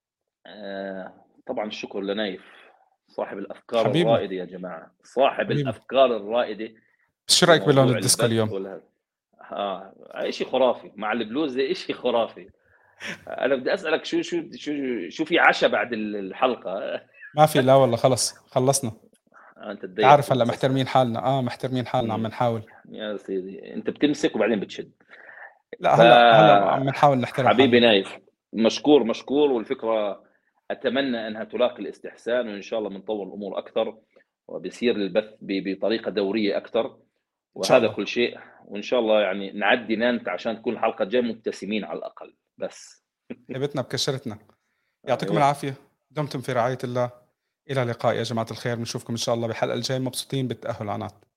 طبعًا الشكر لنايف، صاحب الأفكار حبيبي، الرائدة يا جماعة، صاحب حبيبي. الأفكار الرائدة بس شو في رأيك بلون موضوع الديسكو البث اليوم؟ إشي خرافي، مع البلوزة إشي خرافي. أنا بدي أسألك شو في عشا بعد الحلقة؟ ما في، لا والله خلص، خلّصنا. أنت أنت تضيّق عارف في هلأ قصصنا. محترمين حالنا، محترمين حالنا عم إمم، نحاول. يا سيدي، أنت بتمسك وبعدين بتشد. لأ، هلأ عم نحاول نحترم فحبيبي حالنا. نايف، مشكور، مشكور، والفكرة أتمنى أنها تلاقي الاستحسان، وإن شاء الله بنطوّر الأمور أكتر، وبيصير البث بطريقة دورية أكتر، إن شاء وهذا الله. كل شيء. وإن شاء الله يعني نعدّي نانت عشان تكون الحلقة الجاية مبتسمين على الأقل، بس. هيبتنا بكشرتنا. يعطيكم أيوه، العافية، دمتم في رعاية الله. إلى اللقاء يا جماعة الخير، بنشوفكم إن شاء الله بالحلقة الجاية مبسوطين بالتأهل عنات.